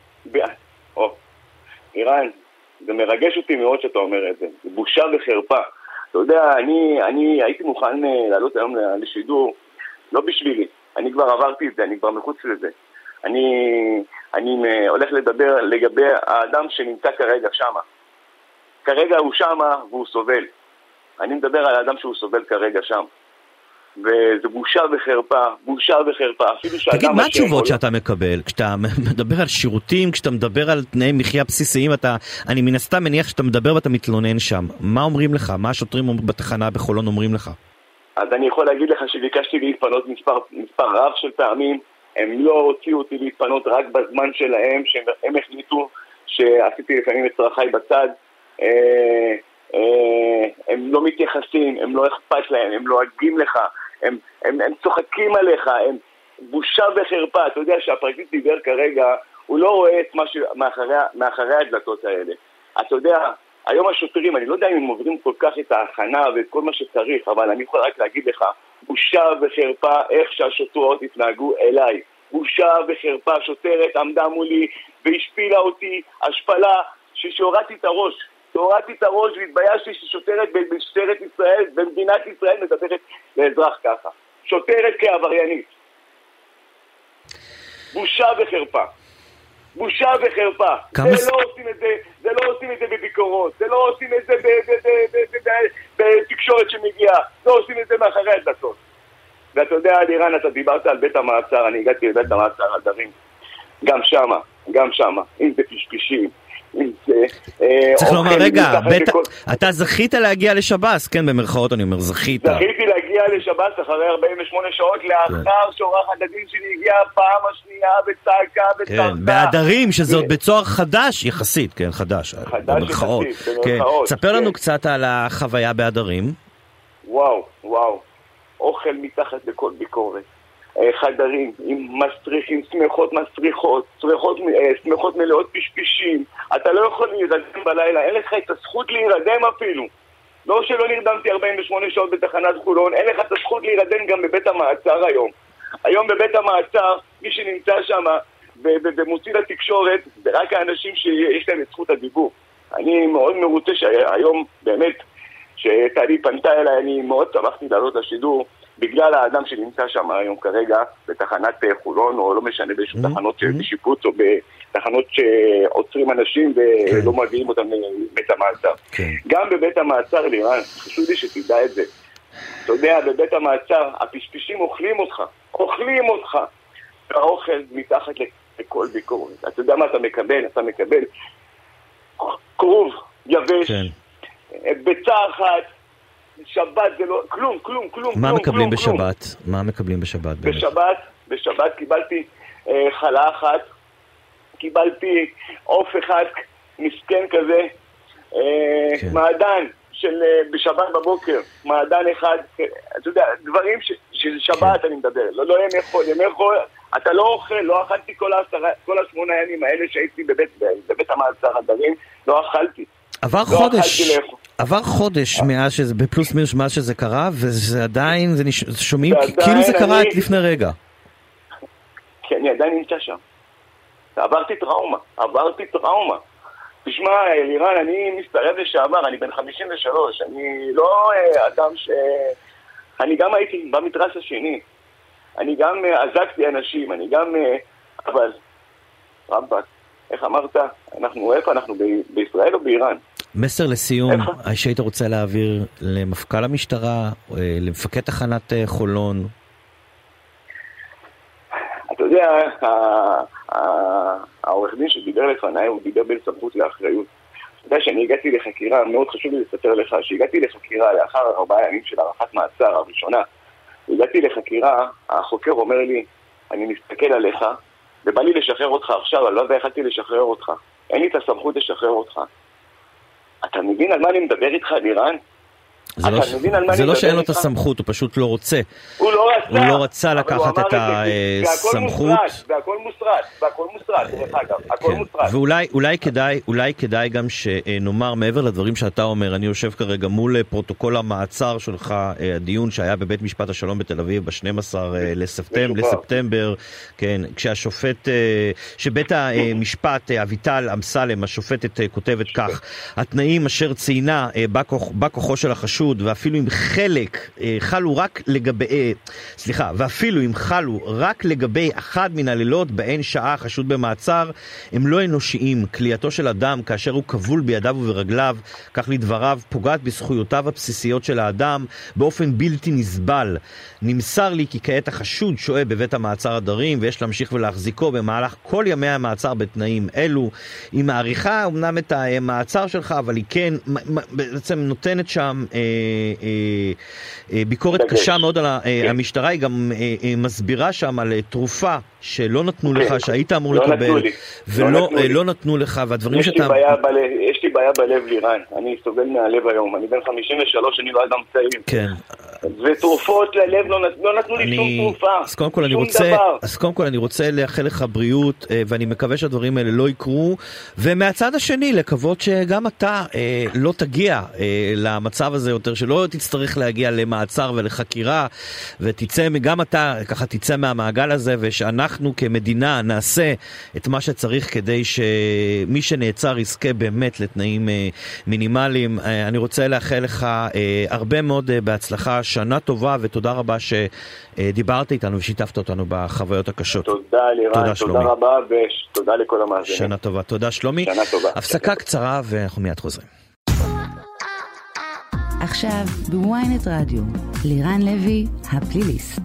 Speaker 1: או, איראן, זה מרגש אותי מאוד שאתה אומר את זה, זה בושה וחרפה. אתה יודע, אני, אני הייתי מוכן לעלות היום לשידור, לא בשבילי, אני כבר עברתי את זה, אני כבר מחוץ לזה. אני, אני הולך לדבר לגבי האדם שנמצא כרגע שמה. כרגע הוא שמה והוא סובל. אני מדבר על האדם שהוא סובל כרגע שם. וזה בושה וחרפה, בושה וחרפה.
Speaker 3: תגיד, מה התשובות שאתה מקבל? כשאתה מדבר על שירותים, כשאתה מדבר על תנאי מחיה בסיסיים, אתה, אני מן הסתם מניח שאתה מדבר ואתה מתלונן שם. מה אומרים לך? מה השוטרים בתחנה בחולון אומרים לך?
Speaker 1: אז אני יכול להגיד לך שביקשתי להתפנות מספר, מספר רב של פעמים, הם לא הוציאו אותי להתפנות רק בזמן שלהם, שהם החליטו שעשיתי לפעמים את צרכיי בצד, אה, אה, הם לא מתייחסים, הם לא אכפת להם, הם לועגים לך, הם, הם, הם צוחקים עליך, הם בושה וחרפה. אתה יודע שהפרקליט דיבר כרגע, הוא לא רואה את מה שמאחרי, מאחרי הדלתות האלה. אתה יודע, היום השוטרים, אני לא יודע אם הם עוברים כל כך את ההכנה ואת כל מה שצריך, אבל אני יכול רק להגיד לך, בושה וחרפה איך שהשוטרות התנהגו אליי. בושה וחרפה, שוטרת עמדה מולי והשפילה אותי, השפלה שהורדתי את הראש. שהורדתי את הראש והתביישתי ששוטרת במשטרת ישראל, במדינת ישראל, מדברת לאזרח ככה. שוטרת כעבריינית. בושה וחרפה. בושה וחרפה. זה לא עושים את זה, זה לא עושים את זה בביקורות, זה לא עושים את זה בתקשורת שמגיעה, לא עושים את זה מאחרי הדלתות. ואתה יודע, לירן, אתה דיברת על בית המעצר, אני הגעתי לבית המעצר הדרים. גם שמה, גם שמה, אם זה פשפישים, אם זה...
Speaker 3: צריך לומר, רגע, אתה זכית להגיע לשב"ס, כן, במרכאות אני אומר, זכית.
Speaker 1: זכיתי להגיע לשב"ס אחרי ארבעים ושמונה שעות, לאחר שעורכת הדין שלי הגיעה פעם השנייה בצעקה, בצעקה.
Speaker 3: כן, בהדרים, שזה עוד בצוהר חדש, יחסית, כן, חדש.
Speaker 1: חדש יחסית, במרכאות.
Speaker 3: ספר לנו קצת על החוויה בהדרים.
Speaker 1: וואו, וואו. אוכל מתחת לכל ביקורת. חדרים עם מסריחים, שמחות מסריחות, שמחות, שמחות מלאות פשפישים. אתה לא יכול להירדם בלילה, אין לך את הזכות להירדם אפילו. לא שלא נרדמתי ארבעים ושמונה שעות בתחנת חולון, אין לך את הזכות להירדם גם בבית המעצר היום. היום בבית המעצר, מי שנמצא שם ומוציא לתקשורת, זה רק האנשים שיש להם את זכות הדיבור. אני מאוד מרוצה שהיום באמת, שטלי פנתה אליי, אני מאוד שמחתי לעלות לשידור, בגלל האדם שנמצא שם היום כרגע בתחנת חולון, או לא משנה באיזשהו תחנות בשיפוץ, או בתחנות שעוצרים אנשים ולא מביאים אותם לבית המעצר. גם בבית המעצר, לירן, חשוב לי שתדע את זה. אתה יודע, בבית המעצר, הפשפישים אוכלים אותך, אוכלים אותך. האוכל מתחת לכל ביקורת. אתה יודע מה אתה מקבל? אתה מקבל כרוב, יבש, ביצה אחת, שבת זה לא, כלום, כלום, כלום.
Speaker 3: מה
Speaker 1: כלום,
Speaker 3: מקבלים
Speaker 1: כלום,
Speaker 3: בשבת?
Speaker 1: כלום.
Speaker 3: מה מקבלים בשבת?
Speaker 1: בשבת, בשבת קיבלתי אה, חלה אחת, קיבלתי עוף אחד, מסכן כזה, אה, כן. מעדן של אה, בשבת בבוקר, מעדן אחד, אתה יודע, דברים ש, של שבת כן. אני מדבר, לא, לא ימי חול, ימי חול, אתה לא אוכל, לא אכלתי כל, העשרה, כל השמונה ימים האלה שהייתי בבית, בבית המעצר הדרים, לא אכלתי.
Speaker 3: עבר חודש, עבר חודש מאז שזה, בפלוס מינוס מאז שזה קרה, וזה עדיין, זה נש... שומעים כאילו זה קרה את לפני רגע.
Speaker 1: כי אני עדיין נמצא שם. עברתי טראומה, עברתי טראומה. תשמע, לירן, אני מסתרב לשעבר, אני בן חמישים ושלוש, אני לא אדם ש... אני גם הייתי במתרס השני, אני גם עזקתי אנשים, אני גם... אבל, רבק, איך אמרת? אנחנו, איפה אנחנו, ב- בישראל או באיראן?
Speaker 3: מסר לסיום, שהיית רוצה להעביר למפכ"ל המשטרה, למפקד תחנת חולון?
Speaker 1: אתה יודע, העורך דין שדיבר לפניי, הוא דיבר בין סמכות לאחריות. אתה יודע שאני הגעתי לחקירה, מאוד חשוב לי לספר לך, שהגעתי לחקירה לאחר ארבעה ימים של הארכת מעצר הראשונה, הגעתי לחקירה, החוקר אומר לי, אני מסתכל עליך, ובא לי לשחרר אותך עכשיו, אני לא יודע איך יכולתי לשחרר אותך. אין לי את הסמכות לשחרר אותך. אתה מבין על מה אני מדבר איתך, לירן?
Speaker 3: זה לא, זה לא שאין לו את הסמכות, הוא פשוט לא רוצה.
Speaker 1: הוא לא רצה.
Speaker 3: הוא לא רצה לקחת את הסמכות.
Speaker 1: והכל מוסרט, והכל מוסרט, דרך אגב, הכל מוסרט.
Speaker 3: ואולי אולי כדאי, אולי כדאי גם שנאמר מעבר לדברים שאתה אומר, אני יושב כרגע מול פרוטוקול המעצר שלך, הדיון שהיה בבית משפט השלום בתל אביב ב-שנים עשר לספטמבר, כן, כשהשופט, שבית המשפט אביטל אמסלם, השופטת כותבת כך, התנאים אשר ציינה בא כוחו של החשוד החשוד, ואפילו אם חלק חלו רק לגבי, סליחה, ואפילו אם חלו רק לגבי אחד מן הלילות בהן שעה החשוד במעצר, הם לא אנושיים. כליאתו של אדם כאשר הוא כבול בידיו וברגליו, כך לדבריו, פוגעת בזכויותיו הבסיסיות של האדם באופן בלתי נסבל. נמסר לי כי כעת החשוד שוהה בבית המעצר הדרים, ויש להמשיך ולהחזיקו במהלך כל ימי המעצר בתנאים אלו. היא מעריכה אמנם את המעצר שלך, אבל היא כן בעצם נותנת שם אה, אה, אה, ביקורת דגש. קשה מאוד על כן. המשטרה. היא גם אה, אה, מסבירה שם על תרופה שלא נתנו כן. לך, שהיית אמור לא לקבל, נתנו ולא לא נתנו, אה, לא נתנו לך, והדברים
Speaker 1: יש
Speaker 3: שאתה...
Speaker 1: לי בעיה בלב, יש לי בעיה בלב לירן, אני סובל מהלב היום, אני בן חמישים ושלוש, אני לא אדם צעיר. כן. ותרופות ללב לא, לא נתנו לי שום תרופה.
Speaker 3: אז קודם כל אני רוצה, אז קודם כל אני רוצה לאחל לך בריאות, ואני מקווה שהדברים האלה לא יקרו, ומהצד השני לקוות שגם אתה אה, לא תגיע אה, למצב הזה יותר, שלא תצטרך להגיע למעצר ולחקירה, ותצא, גם אתה ככה תצא מהמעגל הזה, ושאנחנו כמדינה נעשה את מה שצריך כדי שמי שנעצר יזכה באמת לתנאים אה, מינימליים. אה, אני רוצה לאחל לך אה, הרבה מאוד אה, בהצלחה, שנה טובה, ותודה רבה שדיברת איתנו ושיתפת אותנו בחוויות הקשות.
Speaker 1: תודה לירן, תודה, תודה רבה, ותודה לכל המאזינים.
Speaker 3: שנה טובה, תודה שלומי.
Speaker 1: שנה טובה.
Speaker 3: הפסקה קצרה ואנחנו מיד חוזרים.
Speaker 2: עכשיו בוויינט רדיו, לירן לוי, הפליליסט.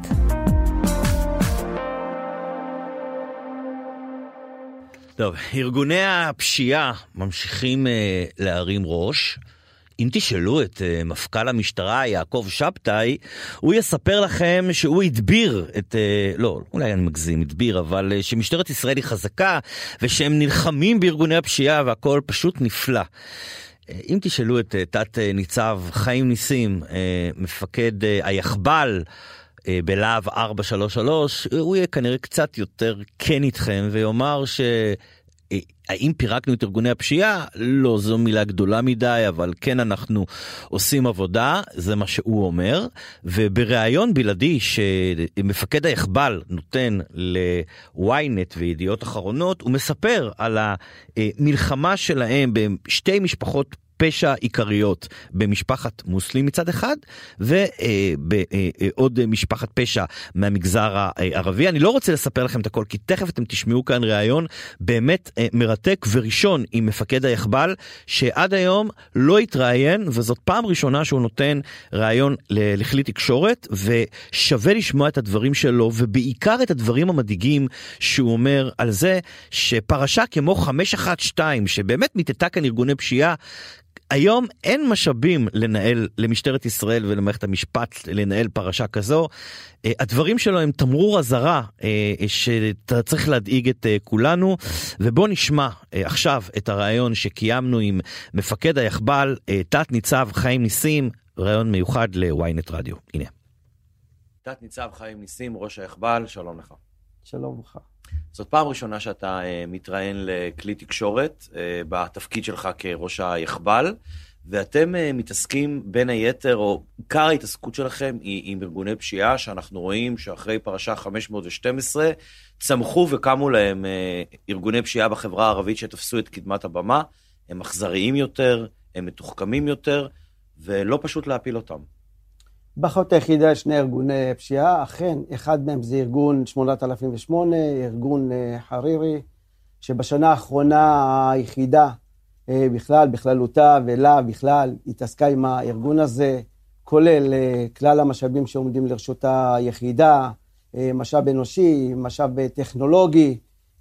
Speaker 3: טוב, ארגוני הפשיעה ממשיכים אה, להרים ראש. אם תשאלו את uh, מפכ"ל המשטרה יעקב שבתאי, הוא יספר לכם שהוא הדביר את, uh, לא, אולי אני מגזים, הדביר, אבל uh, שמשטרת ישראל היא חזקה, ושהם נלחמים בארגוני הפשיעה, והכל פשוט נפלא. Uh, אם תשאלו את uh, תת uh, ניצב חיים ניסים, uh, מפקד uh, היחבל, uh, בלהב ארבע שלוש שלוש, הוא יהיה כנראה קצת יותר כן איתכם, ויאמר ש... האם פירקנו את ארגוני הפשיעה? לא, זו מילה גדולה מדי, אבל כן אנחנו עושים עבודה, זה מה שהוא אומר, ובראיון בלעדי שמפקד היחבל נותן לוויינט וידיעות אחרונות, הוא מספר על המלחמה שלהם בשתי משפחות פשע עיקריות, במשפחת מוסלים מצד אחד, ועוד משפחת פשע מהמגזר הערבי. אני לא רוצה לספר לכם את הכל, כי תכף אתם תשמעו כאן ראיון באמת מרתק וראשון עם מפקד היחבל, שעד היום לא התראיין, וזאת פעם ראשונה שהוא נותן ראיון לכלי תקשורת, ושווה לשמוע את הדברים שלו, ובעיקר את הדברים המדאיגים שהוא אומר על זה, שפרשה כמו חמש אחת שתיים, שבאמת מתתה כאן ארגוני פשיעה, היום אין משאבים לנהל, למשטרת ישראל ולמערכת המשפט לנהל פרשה כזו. הדברים שלו הם תמרור הזרה שאתה צריך להדאיג את כולנו, ובוא נשמע עכשיו את הרעיון שקיימנו עם מפקד היחבל, תת ניצב חיים ניסים, רעיון מיוחד לוויינט רדיו. הנה. תת ניצב חיים ניסים, ראש היחבל, שלום לך.
Speaker 5: שלום לך.
Speaker 3: זאת פעם ראשונה שאתה uh, מתראיין לכלי תקשורת uh, בתפקיד שלך כראש היחבל, ואתם uh, מתעסקים בין היתר, או עיקר ההתעסקות שלכם היא עם ארגוני פשיעה, שאנחנו רואים שאחרי פרשה חמש מאות ושתים עשרה צמחו וקמו להם uh, ארגוני פשיעה בחברה הערבית שתפסו את קדמת הבמה, הם אכזריים יותר, הם מתוחכמים יותר, ולא פשוט להפיל אותם.
Speaker 5: באחריות היחידה שני ארגוני פשיעה, אכן, אחד מהם זה ארגון שמונת אלפים ושמונה, ארגון חרירי, שבשנה האחרונה היחידה בכלל, בכללותה ולה בכלל, התעסקה עם הארגון הזה, כולל כלל המשאבים שעומדים לרשות היחידה, משאב אנושי, משאב טכנולוגי,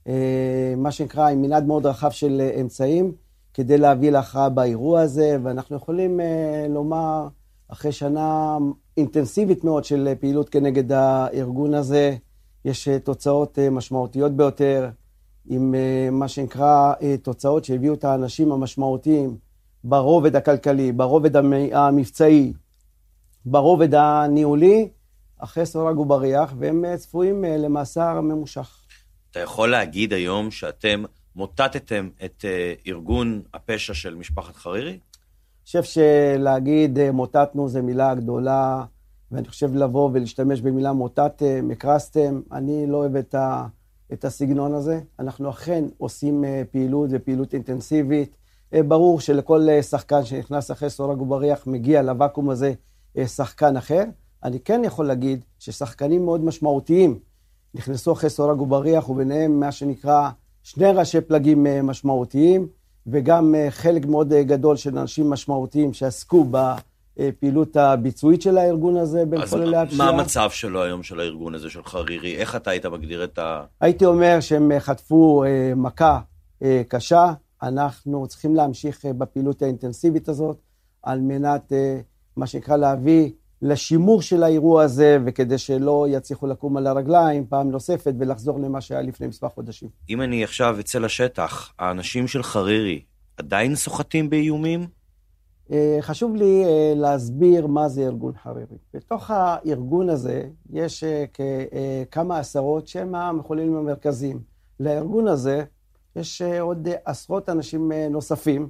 Speaker 5: מה שנקרא עם מנעד מאוד רחב של אמצעים, כדי להביא להכרעה באירוע הזה, ואנחנו יכולים לומר, אחרי שנה אינטנסיבית מאוד של פעילות כנגד הארגון הזה, יש תוצאות משמעותיות ביותר, עם מה שנקרא תוצאות שהביאו את האנשים המשמעותיים ברובד הכלכלי, ברובד המבצעי, ברובד הניהולי, אחרי סורג ובריח, והם צפויים למאסר ממושך.
Speaker 3: אתה יכול להגיד היום שאתם מוטטתם את ארגון הפשע של משפחת חרירי?
Speaker 5: אני חושב שלהגיד מוטטנו זה מילה גדולה, ואני חושב לבוא ולהשתמש במילה מוטטתם, הקרסתם, אני לא אוהב את, ה, את הסגנון הזה. אנחנו אכן עושים פעילות ופעילות אינטנסיבית, ברור שלכל שחקן שנכנס אחרי סורג ובריח מגיע לוואקום הזה שחקן אחר. אני כן יכול להגיד ששחקנים מאוד משמעותיים נכנסו אחרי סורג ובריח, וביניהם מה שנקרא שני ראשי פלגים משמעותיים, וגם חלק מאוד גדול של אנשים משמעותיים שעסקו בפעילות הביצועית של הארגון הזה בין כוללי הפשיעה.
Speaker 3: מה המצב שלו היום של הארגון הזה של חרירי? איך אתה היית מגדיר את ה...
Speaker 5: הייתי אומר שהם חטפו מכה קשה. אנחנו צריכים להמשיך בפעילות האינטנסיבית הזאת, על מנת מה שנקרא להביא לשימור של האירוע הזה, וכדי שלא יצליחו לקום על הרגליים פעם נוספת ולחזור למה שהיה לפני מספר חודשים.
Speaker 3: אם אני עכשיו אצא לשטח, האנשים של חרירי עדיין סוחטים באיומים?
Speaker 5: חשוב לי להסביר מה זה ארגון חרירי. בתוך הארגון הזה יש כמה עשרות שהם המחוללים המרכזיים. לארגון הזה יש עוד עשרות אנשים נוספים,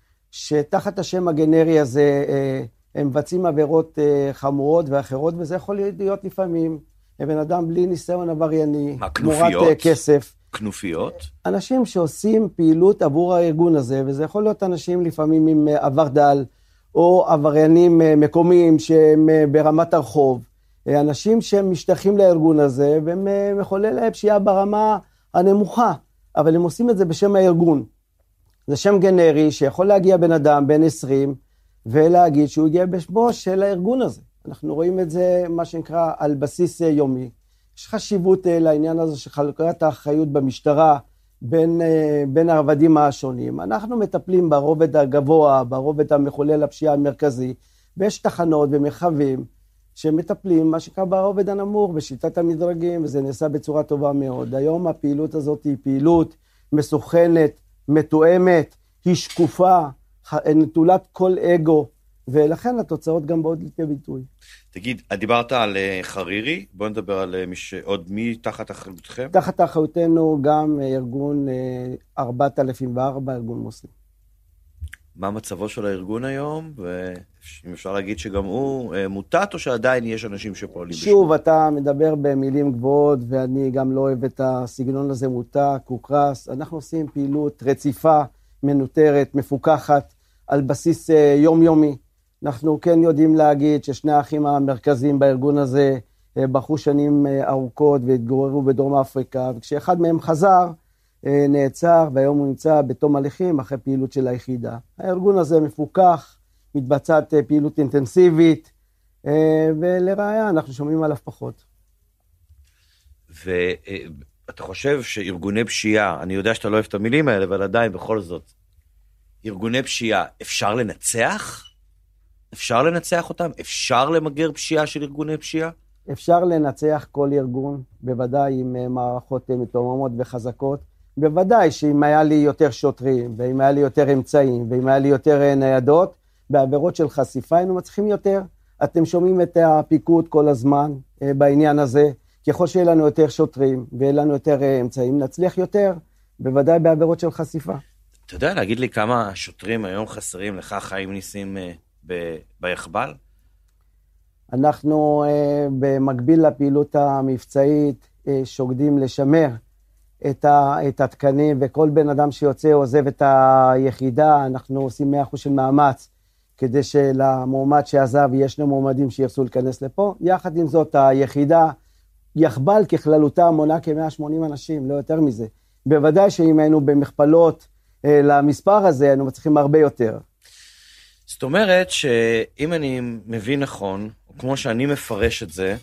Speaker 5: שתחת השם הגנרי הזה הם מבצעים עבירות חמורות ואחרות, וזה יכול להיות לפעמים בן אדם בלי ניסיון עברייני, תמורת כסף.
Speaker 3: כנופיות?
Speaker 5: אנשים שעושים פעילות עבור הארגון הזה, וזה יכול להיות אנשים לפעמים עם עבר דל, או עבריינים מקומיים שהם ברמת הרחוב, אנשים שהם משתייכים לארגון הזה, והם מחוללי פשיעה ברמה הנמוכה, אבל הם עושים את זה בשם הארגון. זה שם גנרי שיכול להגיע בן אדם בן עשרים, ולהגיד שהוא הגיע בשמו של הארגון הזה. אנחנו רואים את זה, מה שנקרא, על בסיס יומי. יש חשיבות לעניין הזה של חלוקת האחריות במשטרה, בין, בין הרבדים השונים. אנחנו מטפלים ברובד הגבוה, ברובד המחולל הפשיעה המרכזי, ויש תחנות ומרחבים שמטפלים, מה שנקרא, ברובד הנמוך, בשיטת המדרגים, וזה נעשה בצורה טובה מאוד. היום הפעילות הזאת היא פעילות מסוכנת, מתואמת, היא שקופה, נטולת כל אגו, ולכן התוצאות גם בעוד לידי ביטוי.
Speaker 3: תגיד, דיברת על חרירי, בוא נדבר על מש... עוד מי תחת אחריותכם?
Speaker 5: תחת אחריותנו גם ארגון ארבעת אלפים וארבע, ארגון מוסלמי.
Speaker 3: מה מצבו של הארגון היום? ואם אפשר להגיד שגם הוא מוטט, או שעדיין יש אנשים שפועלים בשביל?
Speaker 5: שוב, אתה מדבר במילים גבוהות, ואני גם לא אוהב את הסגנון הזה מוטק, קוקרס. אנחנו עושים פעילות רציפה, מנוטרת, מפוקחת, על בסיס יומיומי. אנחנו כן יודעים להגיד ששני האחים המרכזיים בארגון הזה בחרו שנים ארוכות והתגוררו בדרום אפריקה, וכשאחד מהם חזר, נעצר, והיום הוא נמצא בתום הליכים אחרי פעילות של היחידה. הארגון הזה מפוקח, מתבצעת פעילות אינטנסיבית, ולראיה אנחנו שומעים עליו פחות.
Speaker 3: ואתה חושב שארגוני פשיעה, אני יודע שאתה לא אוהב את המילים האלה, אבל עדיין בכל זאת, ארגוני פשיעה, אפשר לנצח? אפשר לנצח אותם? אפשר למגר פשיעה של ארגוני פשיעה?
Speaker 5: אפשר לנצח כל ארגון, בוודאי עם מערכות מתואמות וחזקות. בוודאי שאם היה לי יותר שוטרים, ואם היה לי יותר אמצעים, ואם היה לי יותר ניידות, בעבירות של חשיפה היינו מצליחים יותר. אתם שומעים את הפיקוד כל הזמן בעניין הזה. ככל שיהיה לנו יותר שוטרים, ויהיה לנו יותר אמצעים, נצליח יותר, בוודאי בעבירות של חשיפה.
Speaker 3: אתה יודע להגיד לי כמה שוטרים היום חסרים לך, חיים ניסים, ב- ביחבל?
Speaker 5: אנחנו במקביל לפעילות המבצעית שוקדים לשמר את, ה- את התקנים, וכל בן אדם שיוצא עוזב את היחידה, אנחנו עושים מאה אחוז של מאמץ, כדי שלמועמד שעזב יש לנו מועמדים שירצו להיכנס לפה. יחד עם זאת, היחידה יחבל ככללותה מונה כ-מאה ושמונים אנשים, לא יותר מזה. בוודאי שאם היינו במכפלות למספר הזה, היינו מצליחים הרבה יותר.
Speaker 3: זאת אומרת שאם אני מבין נכון, או כמו שאני מפרש את זה,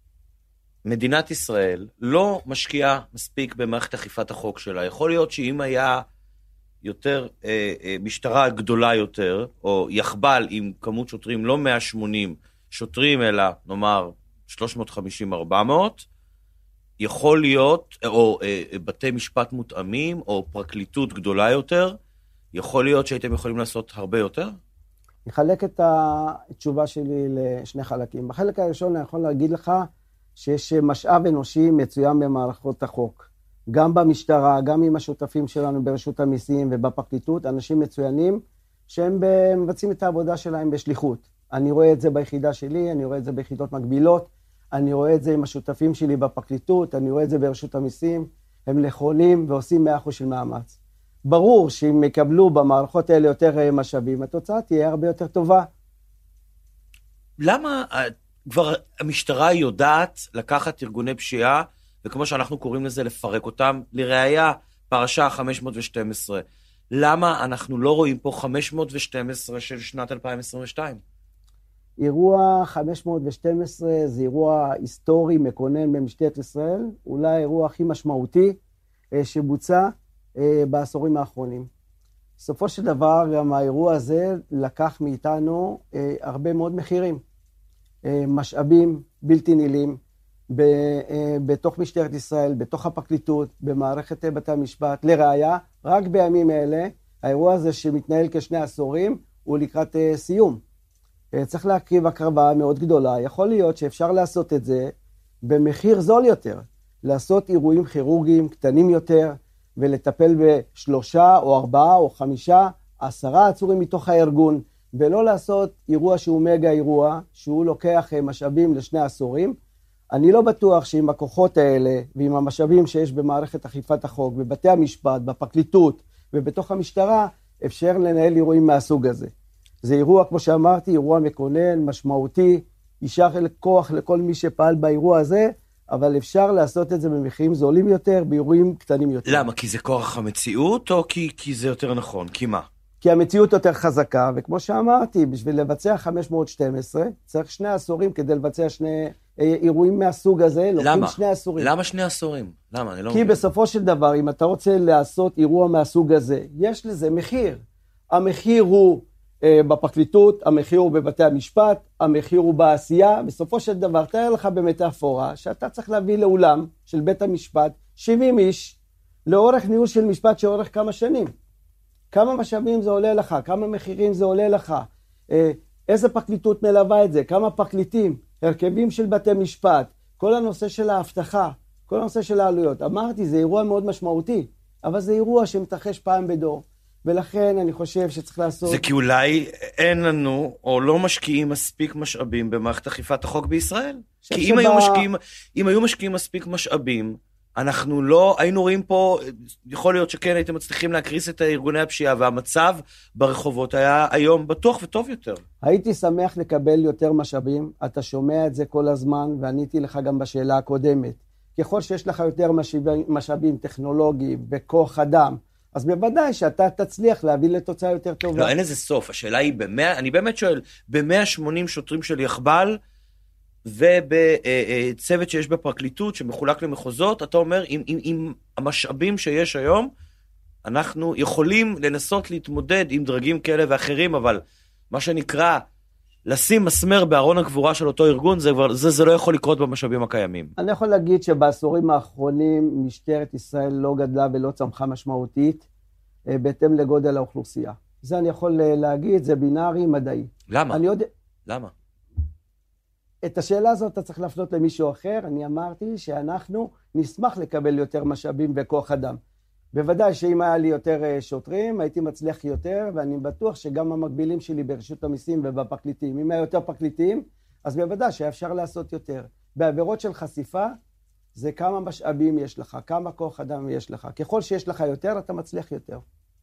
Speaker 3: מדינת ישראל לא משקיעה מספיק במערכת אכיפת החוק שלה. יכול להיות שאם היה יותר, אה, אה, משטרה גדולה יותר, או יחבל עם כמות שוטרים, לא מאה ושמונים שוטרים, אלא נאמר שלוש מאות וחמישים עד ארבע מאות, יכול להיות, או אה, בתי משפט מותאמים, או פרקליטות גדולה יותר, יכול להיות שהייתם יכולים לעשות הרבה יותר?
Speaker 5: נחלק את התשובה שלי לשני חלקים. בחלק הראשון אני יכול להגיד לך שיש משאב אנושי מצוין במערכות החוק. גם במשטרה, גם עם השותפים שלנו ברשות המיסים ובפרקליטות, אנשים מצוינים שהם מבצעים את העבודה שלהם בשליחות. אני רואה את זה ביחידה שלי, אני רואה את זה ביחידות מקבילות, אני רואה את זה עם השותפים שלי בפרקליטות, אני רואה את זה ברשות המיסים, הם נכונים ועושים מאה אחוז של מאמץ. ברור שאם יקבלו במערכות האלה יותר משאבים, התוצאה תהיה הרבה יותר טובה.
Speaker 3: למה כבר המשטרה יודעת לקחת ארגוני פשיעה, וכמו שאנחנו קוראים לזה, לפרק אותם? לראיה, פרשה חמש מאות ושתים עשרה. למה אנחנו לא רואים פה חמש מאות ושתים עשרה של שנת אלפיים עשרים ושתיים?
Speaker 5: אירוע חמש מאות ושתים עשרה זה אירוע היסטורי מקונן במשטרת ישראל, אולי האירוע הכי משמעותי שבוצע בעשורים האחרונים. בסופו של דבר גם האירוע הזה לקח מאיתנו הרבה מאוד מחירים, משאבים בלתי נילים בתוך משטרת ישראל, בתוך הפרקליטות, במערכת בתי המשפט. לראיה, רק בימים אלה, האירוע הזה שמתנהל כשני עשורים הוא לקראת סיום. צריך להקריב הקרבה מאוד גדולה. יכול להיות שאפשר לעשות את זה במחיר זול יותר, לעשות אירועים כירורגיים קטנים יותר, ולטפל בשלושה או ארבעה או חמישה, עשרה עצורים מתוך הארגון, ולא לעשות אירוע שהוא מגה אירוע, שהוא לוקח משאבים לשני עשורים. אני לא בטוח שעם הכוחות האלה, ועם המשאבים שיש במערכת אכיפת החוק, בבתי המשפט, בפרקליטות, ובתוך המשטרה, אפשר לנהל אירועים מהסוג הזה. זה אירוע, כמו שאמרתי, אירוע מקונן, משמעותי, יישר כוח לכל מי שפעל באירוע הזה, אבל אפשר לעשות את זה במחירים זולים יותר, באירועים קטנים יותר.
Speaker 3: למה? כי זה כורח המציאות, או כי, כי זה יותר נכון? כי מה?
Speaker 5: כי המציאות יותר חזקה, וכמו שאמרתי, בשביל לבצע חמש מאות ושתים עשרה, צריך שני עשורים כדי לבצע שני אירועים מהסוג הזה, לוקחים שני עשורים.
Speaker 3: למה שני עשורים? למה? אני לא
Speaker 5: כי מבין. בסופו של דבר, אם אתה רוצה לעשות אירוע מהסוג הזה, יש לזה מחיר. המחיר הוא בפרקליטות, המחיר הוא בבתי המשפט, המחיר הוא בעשייה. בסופו של דבר, תאר לך במטאפורה, שאתה צריך להביא לאולם של בית המשפט שבעים איש, לאורך ניהול של משפט שאורך כמה שנים. כמה משאבים זה עולה לך, כמה מחירים זה עולה לך, איזה פרקליטות מלווה את זה, כמה פרקליטים, הרכבים של בתי משפט, כל הנושא של ההבטחה, כל הנושא של העלויות. אמרתי, זה אירוע מאוד משמעותי, אבל זה אירוע שמתרחש פעם בדור. ולכן אני חושב שצריך לעשות...
Speaker 3: זה כי אולי אין לנו, או לא משקיעים מספיק משאבים במערכת אכיפת החוק בישראל. כי אם, שבא... היו משקיעים, אם היו משקיעים מספיק משאבים, אנחנו לא, היינו רואים פה, יכול להיות שכן הייתם מצליחים להקריס את ארגוני הפשיעה, והמצב ברחובות היה היום בטוח וטוב יותר.
Speaker 5: הייתי שמח לקבל יותר משאבים, אתה שומע את זה כל הזמן, ועניתי לך גם בשאלה הקודמת. ככל שיש לך יותר משאבים, משאבים טכנולוגיים וכוח אדם, אז בוודאי שאתה תצליח להביא לתוצאה יותר טובה.
Speaker 3: לא, אין איזה סוף. השאלה היא, במאה, אני באמת שואל, ב-מאה ושמונים שוטרים של יחבל, ובצוות שיש בפרקליטות, שמחולק למחוזות, אתה אומר, עם, עם, עם המשאבים שיש היום, אנחנו יכולים לנסות להתמודד עם דרגים כאלה ואחרים, אבל מה שנקרא, לשים מסמר בארון הגבורה של אותו ארגון, זה, זה, זה לא יכול לקרות במשאבים הקיימים.
Speaker 5: אני יכול להגיד שבעשורים האחרונים, משטרת ישראל לא גדלה ולא צמחה משמעותית, בהתאם לגודל האוכלוסייה. זה אני יכול להגיד, זה בינארי מדעי.
Speaker 3: למה?
Speaker 5: אני יודע...
Speaker 3: למה?
Speaker 5: את השאלה הזאת אתה צריך להפנות למישהו אחר. אני אמרתי שאנחנו נשמח לקבל יותר משאבים וכוח אדם. בוודאי שאם היה לי יותר שוטרים, הייתי מצליח יותר, ואני בטוח שגם המקבילים שלי ברשות המיסים ובפרקליטים, אם היה יותר פרקליטים, אז בוודאי שאפשר לעשות יותר. בעבירות של חשיפה, זה כמה משאבים יש לך, כמה כוח אדם יש לך. ככל שיש לך יותר, אתה מצליח יותר.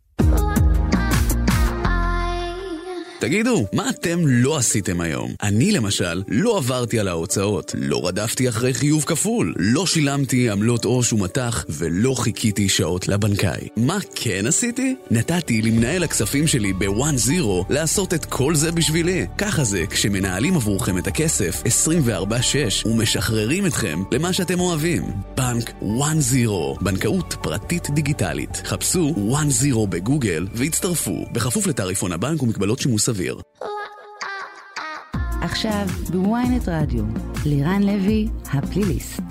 Speaker 6: תגידו, מה אתם לא עשיתם היום? אני למשל לא עברתי על ההוצאות, לא רדפתי אחרי חיוב כפול, לא שילמתי עמלות עו"ש ומתח ולא חיכיתי שעות לבנקאי. מה כן עשיתי? נתתי למנהל הכספים שלי ב-וואן זירו לעשות את כל זה בשבילי. ככה זה כשמנהלים עבורכם את הכסף עשרים וארבע שש ומשחררים אתכם למה שאתם אוהבים. בנק וואן זירו, בנקאות פרטית דיגיטלית. חפשו וואן זירו בגוגל והצטרפו, בכפוף לתעריפון הבנק ומגבלות שימוש סביר.
Speaker 2: עכשיו בוויינט רדיו, לירן לוי, הפליליסט.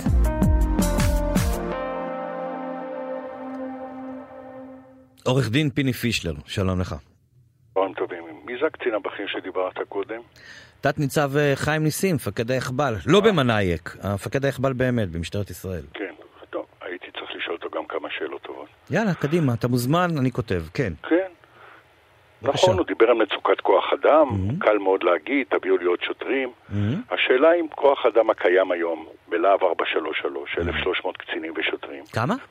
Speaker 3: עורך דין פיני פישלר, שלום לך.
Speaker 7: שלום טובים. מי זה הקצין הבכיר שדיברת קודם?
Speaker 3: תת ניצב חיים ניסים, מפקד היחבל. לא במנאייק, מפקד היחבל באמת, במשטרת ישראל.
Speaker 7: כן, טוב, הייתי צריך לשאול אותו גם כמה שאלות טובות.
Speaker 3: יאללה, קדימה, אתה מוזמן, אני כותב, כן.
Speaker 7: כן. נכון, הוא דיבר על מצוקת כוח אדם, mm-hmm. קל מאוד להגיד, תביאו לי עוד שוטרים. Mm-hmm. השאלה אם כוח אדם הקיים היום, בלהב ארבע שלוש שלוש, mm-hmm. אלף ושלוש מאות קצינים ושוטרים.
Speaker 3: כמה?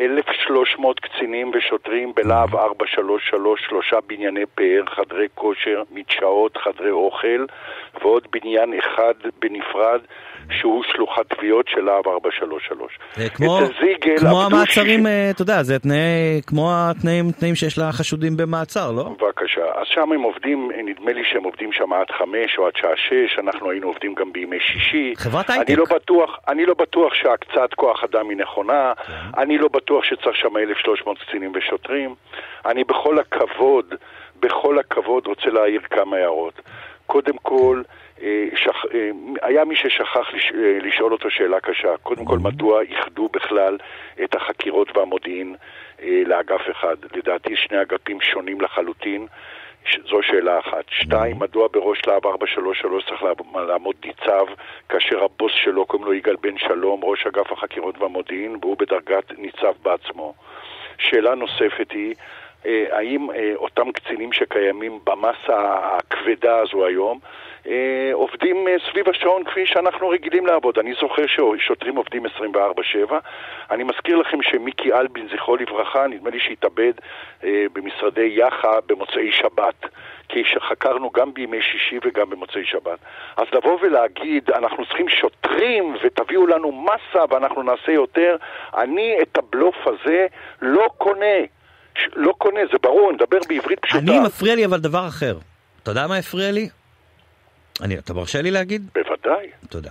Speaker 7: אלף ושלוש מאות קצינים ושוטרים בלהב ארבע שלוש שלוש, שלושה בנייני פאר, חדרי כושר, מדשאות, חדרי אוכל, ועוד בניין אחד בנפרד, שהוא שלוחת תביעות של להב ארבע שלוש שלוש.
Speaker 3: כמו, כמו המעצרים, אתה יודע, זה תנאי, כמו התנאים, תנאים שיש לחשודים במעצר, לא?
Speaker 7: בבקשה. אז שם הם עובדים, נדמה לי שהם עובדים שם עד חמש או עד שעה שש, אנחנו היינו עובדים גם בימי שישי.
Speaker 3: חברת הייטק.
Speaker 7: אני לא בטוח, אני לא בטוח שהקצת כוח אדם היא נכונה, אני לא בטוח שצריך שם אלף ושלוש מאות קצינים ושוטרים. אני בכל הכבוד, בכל הכבוד רוצה להעיר כמה הערות. קודם כל, שכ... היה מי ששכח לש... לשאול אותו שאלה קשה. קודם כל, מדוע איחדו בכלל את החקירות והמודיעין לאגף אחד? לדעתי שני אגפים שונים לחלוטין. זו שאלה אחת. שתיים, מדוע בראש להב ארבע שלוש שלוש צריך לעמוד ניצב, כאשר הבוס שלו קוראים לו יגאל בן שלום, ראש אגף החקירות והמודיעין, והוא בדרגת ניצב בעצמו. שאלה נוספת היא, האם אותם קצינים שקיימים במסה הכבדה הזו היום, עובדים סביב השעון כפי שאנחנו רגילים לעבוד? אני זוכר ששוטרים עובדים עשרים וארבע שבע. אני מזכיר לכם שמיקי אלבין, זכרו לברכה, נדמה לי שהתאבד במשרדי יחה במוצאי שבת, כי שחקרנו גם בימי שישי וגם במוצאי שבת. אז לבוא ולהגיד, אנחנו צריכים שוטרים ותביאו לנו מסה ואנחנו נעשה יותר, אני את הבלוף הזה לא קונה. לא קונה, זה ברור, נדבר בעברית פשוטה.
Speaker 3: אני מפריע לי אבל דבר אחר. אתה יודע מה הפריע לי? אני, אתה מרשה לי להגיד?
Speaker 7: בוודאי.
Speaker 3: תודה.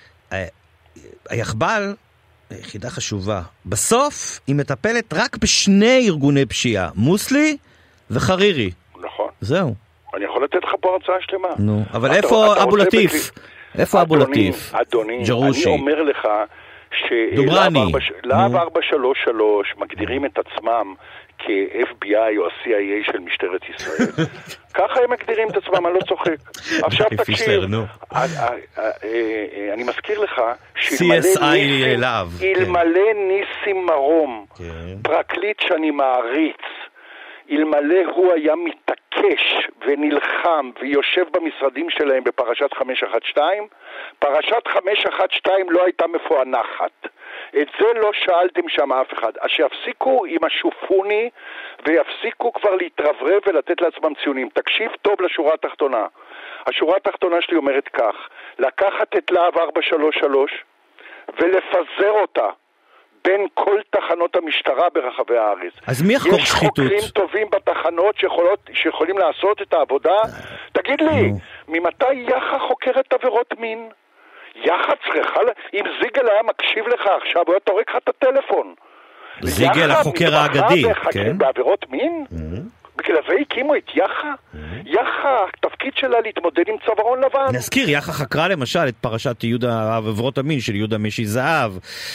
Speaker 3: היחבל, יחידה חשובה, בסוף היא מטפלת רק בשני ארגוני פשיעה, מוסלי וחרירי.
Speaker 7: נכון.
Speaker 3: זהו.
Speaker 7: אני יכול לתת לך פה הרצאה שלמה.
Speaker 3: נו, אבל איפה אבו לטיף? איפה אבו לטיף?
Speaker 7: אדוני,
Speaker 3: ג'רושי.
Speaker 7: אני אומר לך
Speaker 3: דוברני.
Speaker 7: להב ארבע שלוש שלוש מגדירים את עצמם כ-אף בי איי או ה-סי איי איי של משטרת ישראל. ככה הם מגדירים את עצמם, אני לא צוחק. עכשיו תקשיב, אני מזכיר לך
Speaker 3: סי אס איי להב,
Speaker 7: אלמלא ניסים מרום, פרקליט שאני מעריץ, אלמלא הוא היה מתעקש ונלחם ויושב במשרדים שלהם בפרשת חמש אחת שתיים, פרשת חמש אחת שתיים לא הייתה מפוענחת. את זה לא שאלתם שם אף אחד. אז שיפסיקו עם השופוני ויפסיקו כבר להתרברב ולתת לעצמם ציונים. תקשיב טוב לשורה התחתונה. השורה התחתונה שלי אומרת כך: לקחת את להב ארבע שלוש שלוש ולפזר אותה בין כל תחנות המשטרה ברחבי הארץ.
Speaker 3: אז מי יחקור
Speaker 7: יש
Speaker 3: שחיתות?
Speaker 7: חוקרים טובים בתחנות שיכולות, שיכולים לעשות את העבודה. תגיד לי, ממתי יחה חוקרת עבירות מין? יחה צריכה, אם זיגל היה מקשיב לך עכשיו, הוא היה תורק לך את הטלפון.
Speaker 3: זיגל החוקר האגדי, כן?
Speaker 7: בעבירות מין? בגלל זה הקימו את יחה? יחה, התפקיד שלה להתמודד עם צווארון לבן.
Speaker 3: נזכיר, יחה חקרה למשל את פרשת יהודה עבירות המין של יהודה משי זהב.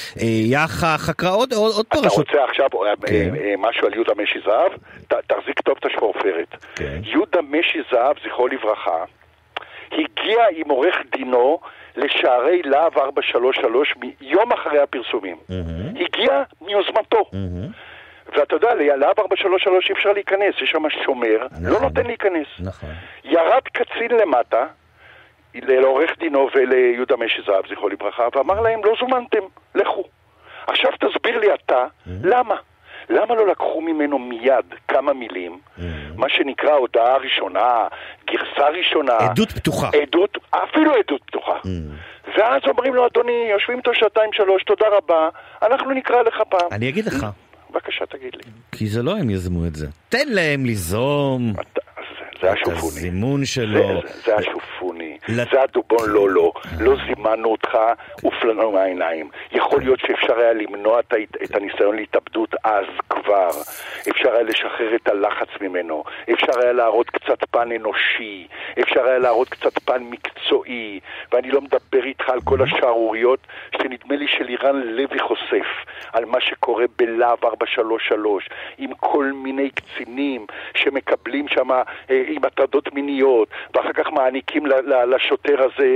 Speaker 3: יחה חקרה עוד פרשות.
Speaker 7: אתה רוצה עכשיו משהו על יהודה משי זהב? תחזיק טוב את השפורפרת. יהודה משי זהב, זכרו לברכה, הגיע עם עורך דינו לשערי להב ארבע שלוש שלוש יום אחרי הפרסומים. הגיע מיוזמתו. ואתה יודע, להב ארבע שלוש שלוש אי אפשר להיכנס, יש שם שומר, לא נותן להיכנס. ירד קצין למטה, לעורך דינו וליהודה משי זהב, זכרו לברכה, ואמר להם, לא זומנתם, לכו. עכשיו תסביר לי אתה, למה? למה לא לקחו ממנו מיד כמה מילים, מה שנקרא הודעה ראשונה, גרסה ראשונה,
Speaker 3: עדות פתוחה,
Speaker 7: עדות, אפילו עדות פתוחה, ואז אומרים לו, אדוני, יושבים איתו שעתיים שלוש, תודה רבה, אנחנו נקרא לך פעם.
Speaker 3: אני אגיד לך.
Speaker 7: בבקשה, תגיד לי.
Speaker 3: כי זה לא הם יזמו את זה. תן להם ליזום.
Speaker 7: זה השופוני.
Speaker 3: את הזימון שלו.
Speaker 7: זה השופוני. זה הדובון לא לא. לא זימנו אותך, ופלנו מהעיניים. יכול להיות שאפשר היה למנוע את הניסיון להתאבדות אז כבר. אפשר היה לשחרר את הלחץ ממנו. אפשר היה להראות קצת פן אנושי. אפשר היה להראות קצת פן מקצועי. ואני לא מדבר איתך על כל השערוריות שנדמה לי שלירן לוי חושף על מה שקורה בלהב ארבע שלוש שלוש עם כל מיני קצינים שמקבלים שם עם הטרדות מיניות ואחר כך מעניקים לשוטר הזה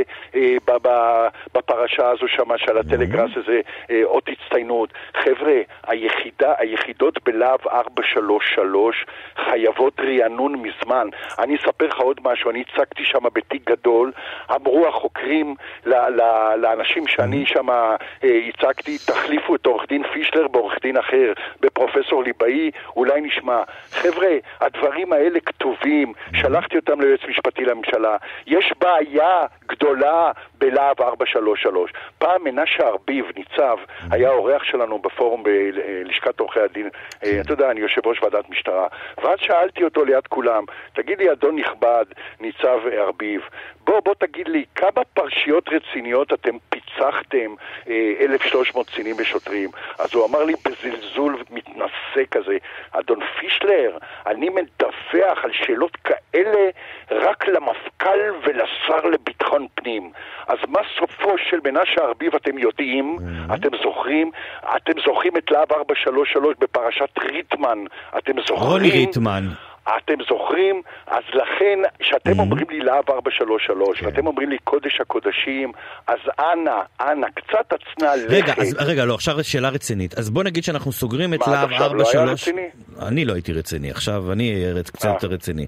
Speaker 7: בפרשה הזו שמה של הטלגראס הזה עוד הצטיינות. חבר'ה, היחידה, היחידות בלהב ארבע שלוש שלוש חייבות רענון מזמן. אני אספר לך עוד משהו, אני הצגתי שם בתיק גדול, אמרו החוקרים לאנשים שאני שם הצגתי, תחליפו את עורך דין פישלר בעורך דין אחר, בפרופסור ליבאי, אולי נשמע. חבר'ה, הדברים האלה כתובים, שלחתי אותם ליועץ משפטי לממשלה. יש בעיה גדולה בלהב ארבע שלוש שלוש. פעם מנשה ארביב, ניצב, היה אורח שלנו בפורום בלשכת עורכי הדין. אתה יודע, אני יושב ראש ועדת משטרה. ואז שאלתי אותו ליד כולם, תגיד לי, אדון נכבד, ניצב ארביב, בוא, בוא תגיד לי, כמה פרשיות רציניות אתם פיצחתם אלף ושלוש מאות קצינים ושוטרים? אז הוא אמר לי בזלזול מתנשא כזה, אדון פישלר, אני מדווח על שאלות כאלה רק למפכ"ל ולשר לביטחון פנים. אז מה סופו של מנשה ארביב אתם יודעים? אתם זוכרים? אתם זוכרים את להב ארבע שלוש שלוש בפרשת ריטמן? אתם זוכרים?
Speaker 3: רוני ריטמן.
Speaker 7: אתם זוכרים? אז לכן, שאתם אומרים לי להב ארבע שלוש שלוש, ואתם אומרים לי קודש הקודשים, אז אנא, אנא, קצת הצנע לכת.
Speaker 3: רגע, רגע, לא, עכשיו שאלה רצינית. אז בוא נגיד שאנחנו סוגרים את להב ארבע שלוש... אני לא הייתי רציני, עכשיו אני קצת יותר רציני.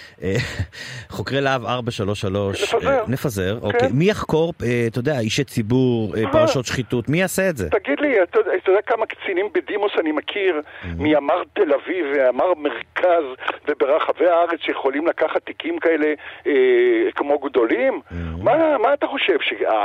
Speaker 3: חוקרי להב ארבע שלוש שלוש, נפזר, אוקיי. מי יחקור, אתה יודע, אישי ציבור, פרשות שחיתות, מי יעשה את זה?
Speaker 7: תגיד לי, אתה יודע כמה קצינים בדימוס אני מכיר, מימר תל אביב וימר מרכז וברחבי הארץ שיכולים לקחת תיקים כאלה כמו גדולים? מה אתה חושב?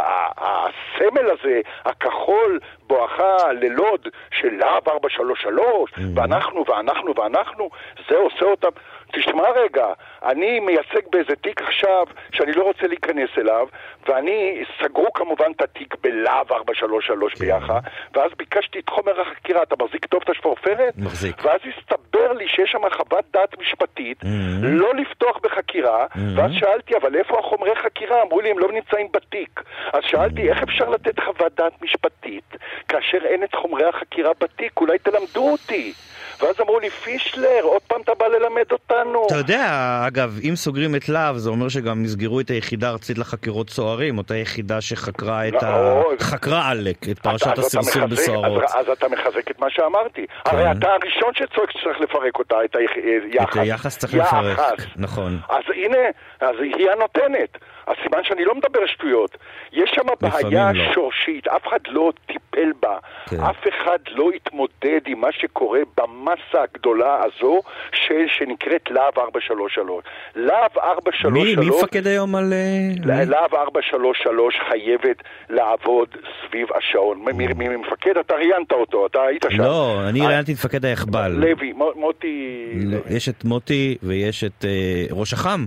Speaker 7: שהסמל הזה, הכחול, בואכה ללוד של להב ארבע שלוש שלוש, ואנחנו ואנחנו ואנחנו, זה עושה אותם. תשמע רגע, אני מייצג באיזה תיק עכשיו שאני לא רוצה להיכנס אליו, ואני סגרו כמובן את התיק בלהב ארבע שלוש שלוש ביחד, ואז ביקשתי את חומר החקירה. אתה מחזיק טוב את השפורפרת?
Speaker 3: מחזיק.
Speaker 7: ואז הסתבר לי שיש שם חוות דעת משפטית, לא לפתוח בחקירה, ואז שאלתי, אבל איפה החומרי חקירה? אמרו לי, הם לא נמצאים בתיק. אז שאלתי, איך אפשר לתת חוות דעת משפטית כאשר אין את חומרי החקירה בתיק? אולי תלמדו אותי. ואז אמרו לי, פישלר, עוד פעם אתה בא ללמד אותנו.
Speaker 3: אתה יודע, אגב, אם סוגרים את להב, זה אומר שגם נסגרו את היחידה הארצית לחקירות סוהרים, אותה יחידה שחקרה את ה... חקרה עלק, את פרשת הסרסור בסוהרות.
Speaker 7: אז אתה מחזק את מה שאמרתי. הרי אתה הראשון שצועק שצריך לפרק אותה, את היחס.
Speaker 3: את היחס צריך לפרק, נכון.
Speaker 7: אז הנה, אז היא הנותנת. הסימן שאני לא מדבר שטויות. יש שם בעיה לא. שורשית, אף אחד לא טיפל בה. כן. אף אחד לא התמודד עם מה שקורה במסה הגדולה הזו של, שנקראת להב ארבע שלוש שלוש. להב ארבע שלוש שלוש...
Speaker 3: מי, מי מפקד היום על...
Speaker 7: להב ארבע שלוש שלוש חייבת לעבוד סביב השעון. מי, מי מפקד? אתה ראיינת אותו, אתה היית שם.
Speaker 3: לא, אני ראיינתי את מפקד היחבל.
Speaker 7: לוי, מוטי...
Speaker 3: לא, יש את מוטי ויש את uh, ראש החם.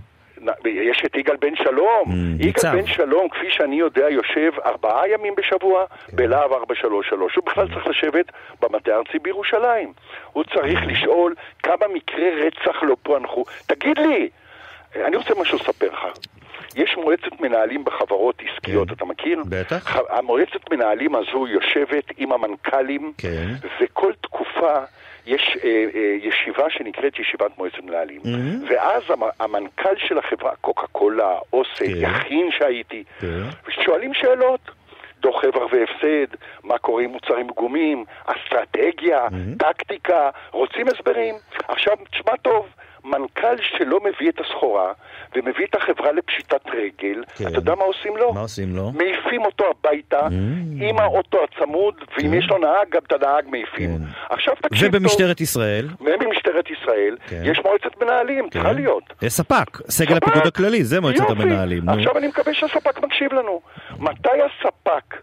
Speaker 7: יש את יגאל בן שלום. יגאל בן שלום, כפי שאני יודע, יושב ארבעה ימים בשבוע בלהב ארבע שלוש שלוש. הוא בכלל צריך לשבת במטה הארצי בירושלים. הוא צריך לשאול כמה מקרי רצח לא פוענחו. תגיד לי, אני רוצה משהו לספר לך. יש מועצת מנהלים בחברות עסקיות, אתה מכיר?
Speaker 3: בטח.
Speaker 7: המועצת מנהלים הזו יושבת עם המנכ"לים, וכל תקופה יש אה, אה, ישיבה שנקראת ישיבת מועצת מנהלים. Mm-hmm. ואז המ, המנכ"ל של החברה, קוקה קולה, אוסק, okay. יכין שהייתי, okay. ושואלים שאלות. דוח חבר והפסד, מה קורה עם מוצרים גומים, אסטרטגיה, mm-hmm. טקטיקה, רוצים הסברים. עכשיו, תשמע טוב, מנכ"ל שלא מביא את הסחורה ומביא את החברה לפשיטת רגל, כן. אתה יודע מה עושים לו?
Speaker 3: מה עושים לו?
Speaker 7: מעיפים אותו הביתה mm. עם האוטו הצמוד, ואם כן. יש לו נהג, גם את הנהג מעיפים. כן. עכשיו תקשיב טוב.
Speaker 3: ובמשטרת ישראל?
Speaker 7: ובמשטרת ישראל כן. יש מועצת מנהלים, כן. צריכה להיות.
Speaker 3: יש ספק, סגל ספק? הפיקוד הכללי, זה מועצת יופי. המנהלים.
Speaker 7: עכשיו
Speaker 3: נו.
Speaker 7: אני מקווה שהספק מקשיב לנו. מתי הספק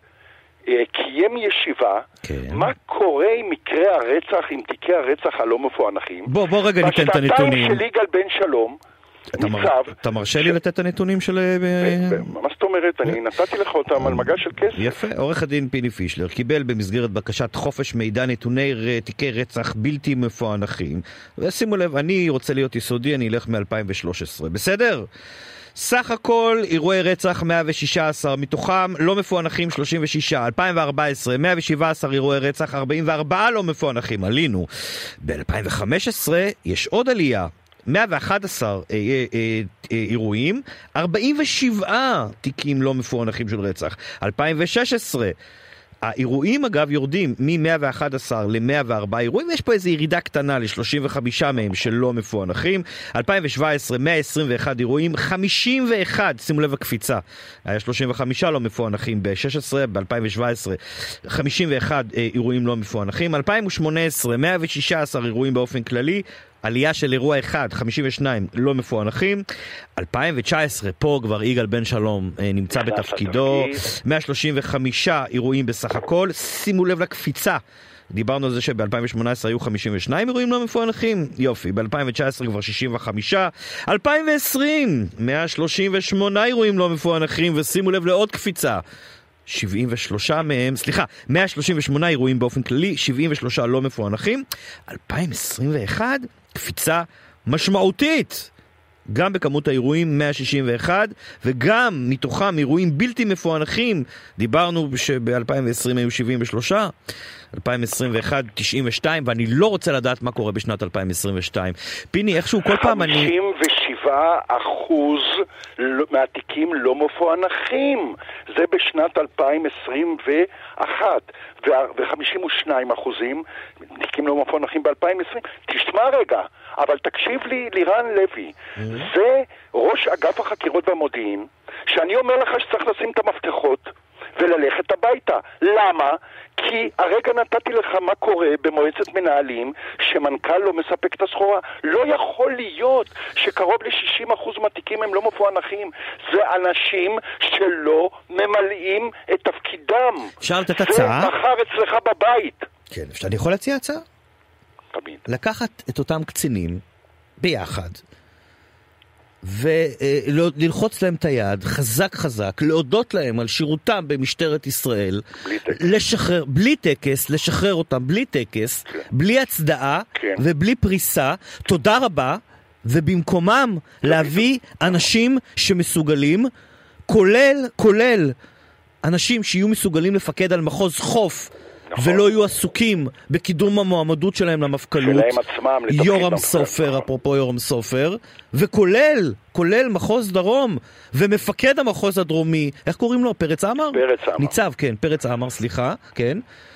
Speaker 7: קיים ישיבה, כן. מה קורה עם מקרי הרצח, עם תיקי הרצח הלא מפוענחים?
Speaker 3: בוא, בוא רגע ניתן את הנתונים.
Speaker 7: בשנתיים של יגאל בן שלום,
Speaker 3: אתה, ניצב, מר... אתה מרשה ש... לי לתת את הנתונים של...
Speaker 7: מה זאת אומרת? אני נתתי לך אותם על מגע של כסף.
Speaker 3: יפה. עורך הדין פיני פישלר קיבל במסגרת בקשת חופש מידע נתוני תיקי רצח בלתי מפוענחים. ושימו לב, אני רוצה להיות יסודי, אני אלך מ-אלפיים ושלוש עשרה. בסדר? סך הכל אירועי רצח מאה ושש עשרה, מתוכם לא מפוענחים שלושים ושש. אלפיים וארבע עשרה מאה ושבע עשרה אירועי רצח, ארבעים וארבעה לא מפוענחים, עלינו. ב-אלפיים וחמש עשרה יש עוד עלייה, מאה ואחד עשר אה, אה, אה, אה, אירועים, ארבעים ושבעה תיקים לא מפוענחים של רצח. אלפיים ושש עשרה, האירועים אגב יורדים מ-מאה ואחד עשר ל-מאה וארבע אירועים, יש פה איזו ירידה קטנה ל-שלושים וחמישה מהם שלא מפוענחים. אלפיים שבע עשרה, מאה עשרים ואחד אירועים, חמישים ואחד, שימו לב הקפיצה, היה שלושים וחמישה לא מפוענחים ב-שש עשרה, ב-אלפיים שבע עשרה חמישים ואחד אה, אירועים לא מפוענחים. אלפיים שמונה עשרה, מאה ושישה עשר אירועים באופן כללי, עלייה של אירוע אחד, חמישים ושניים לא מפוענחים. אלפיים תשע עשרה, פה כבר יגאל בן שלום אה, נמצא בתפקידו, מאה שלושים וחמישה אירועים בסך הכל. שימו לב לקפיצה, דיברנו על זה שב-אלפיים שמונה עשרה היו חמישים ושניים אירועים לא מפוענחים, יופי, ב-אלפיים תשע עשרה כבר שישים וחמש, אלפיים ועשרים, מאה שלושים ושמונה אירועים לא מפוענחים, ושימו לב לעוד קפיצה, שבעים ושלושה מהם, סליחה, מאה שלושים ושמונה אירועים באופן כללי, שבעים ושלושה לא מפוענחים. אלפיים עשרים ואחת, קפיצה משמעותית, גם בכמות האירועים מאה שישים ואחת, וגם מתוכם אירועים בלתי מפוענחים, דיברנו שב-אלפיים ועשרים היו שבעים ושלושה, אלפיים עשרים ואחת תשעים ושתיים, ואני לא רוצה לדעת מה קורה בשנת אלפיים עשרים ושתיים. פיני, איכשהו כל פעם אני...
Speaker 7: חמישים ושבעה אחוז מהתיקים לא מפוענחים, זה בשנת אלפיים עשרים ואחת, ו-חמישים ושניים אחוזים תיקים לא מפוענחים ב-אלפיים עשרים. תשמע רגע, אבל תקשיב לי, לירן לוי, זה ראש אגף החקירות והמודיעין, שאני אומר לך שצריך לשים את המפתחות וללכת הביתה. למה? כי הרגע נתתי לך מה קורה במועצת מנהלים שמנכ"ל לא מספק את הסחורה. לא יכול להיות שקרוב ל-שישים אחוז מהתיקים הם לא מפוענחים. זה אנשים שלא ממלאים את תפקידם.
Speaker 3: אפשר לתת הצעה?
Speaker 7: זה מחר אצלך בבית.
Speaker 3: כן, אפשר, אני יכול להציע הצעה?
Speaker 7: תמיד.
Speaker 3: לקחת את אותם קצינים ביחד וללחוץ להם את היד חזק חזק, להודות להם על שירותם במשטרת ישראל,
Speaker 7: בלי טקס,
Speaker 3: לשחרר, בלי טקס, לשחרר אותם בלי טקס, כן. בלי הצדעה, כן. ובלי פריסה. תודה רבה, ובמקומם להביא אנשים שמסוגלים, כולל, כולל אנשים שיהיו מסוגלים לפקד על מחוז חוף, נכון. ולא יהיו עסוקים בקידום המועמדות שלהם למפכ"לות, יורם סופר, אפרופו יורם סופר, וכולל, כולל מחוז דרום, ומפקד המחוז הדרומי, איך קוראים לו? פרץ עמר?
Speaker 7: פרץ עמר.
Speaker 3: ניצב, כן, פרץ עמר, סליחה, כן.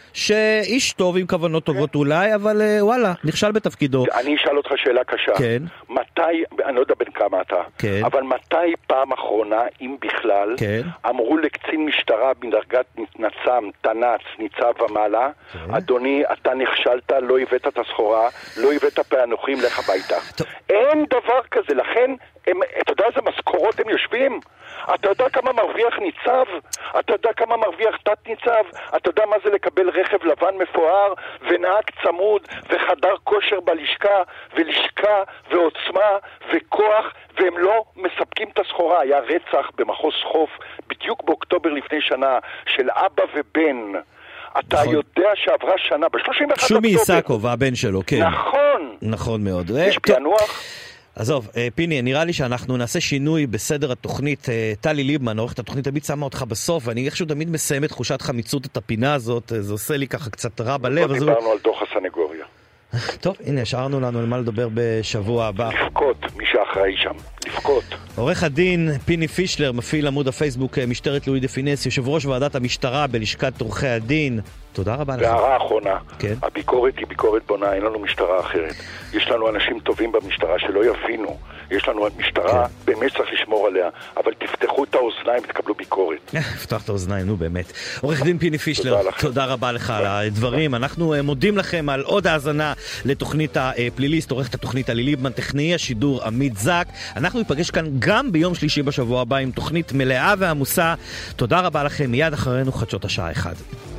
Speaker 3: שאיש טוב עם כוונות טובות אולי, אבל וואלה, נכשל בתפקידו.
Speaker 7: אני אשאל אותך שאלה קשה.
Speaker 3: כן.
Speaker 7: מתי, אני לא יודע בין כמה אתה,
Speaker 3: כן.
Speaker 7: אבל מתי פעם אחרונה, אם בכלל,
Speaker 3: כן.
Speaker 7: אמרו לקצין משטרה בדרגת נצ"מ, תנ"צ, ניצב ומעלה, כן. אדוני, אתה נכשלת, לא הבאת את הסחורה, לא הבאת פענוחים, לך הביתה. טוב. אין דבר כזה, לכן, הם, אתה יודע איזה משכורות הם יושבים? אתה יודע כמה מרוויח ניצב? אתה יודע כמה מרוויח תת ניצב? אתה יודע מה זה לקבל רכב לבן מפואר ונהג צמוד וחדר כושר בלשכה ולשכה ועוצמה וכוח, והם לא מספקים את הסחורה. היה רצח במחוז חוף בדיוק באוקטובר לפני שנה של אבא ובן. אתה נכון. יודע שעברה שנה ב-שלושים ואחד
Speaker 3: שומי יסקוב, הבן שלו, כן.
Speaker 7: נכון.
Speaker 3: נכון מאוד.
Speaker 7: יש פענוח?
Speaker 3: עזוב, פיני, נראה לי שאנחנו נעשה שינוי בסדר התוכנית. טלי ליבמן, עורכת התוכנית, תמיד שמה אותך בסוף, ואני איכשהו תמיד מסיים את תחושת חמיצות את הפינה הזאת, זה עושה לי ככה קצת רע בלב.
Speaker 7: לא דיברנו על דוח הסנגוריה.
Speaker 3: טוב, הנה, השארנו לנו על מה לדבר בשבוע הבא.
Speaker 7: לפקות, מי שאחראי שם, לפקות.
Speaker 3: עורך הדין פיני פישלר, מפעיל עמוד הפייסבוק משטרת לואי דה פינס, יושב ראש ועדת המשטרה בלשכת עורכי הדין. תודה רבה לך.
Speaker 7: והערה האחרונה,
Speaker 3: כן?
Speaker 7: הביקורת היא ביקורת בונה, אין לנו משטרה אחרת. יש לנו אנשים טובים במשטרה שלא יבינו. יש לנו משטרה, כן. באמת צריך לשמור עליה, אבל תפתחו את האוזניים ותקבלו ביקורת.
Speaker 3: פתח את האוזניים, נו באמת. עורך דין פיני פישלר, תודה, תודה רבה לך על הדברים. אנחנו מודים לכם על עוד האזנה לתוכנית הפליליסט, עורכת התוכנית טלי ליבמן, טכנאי השידור עמית זק. אנחנו ניפגש כאן גם ביום שלישי בשבוע הבא עם תוכנית מלאה ועמוסה. תודה רבה לכם, מיד אחרינו חדשות השעה אחת.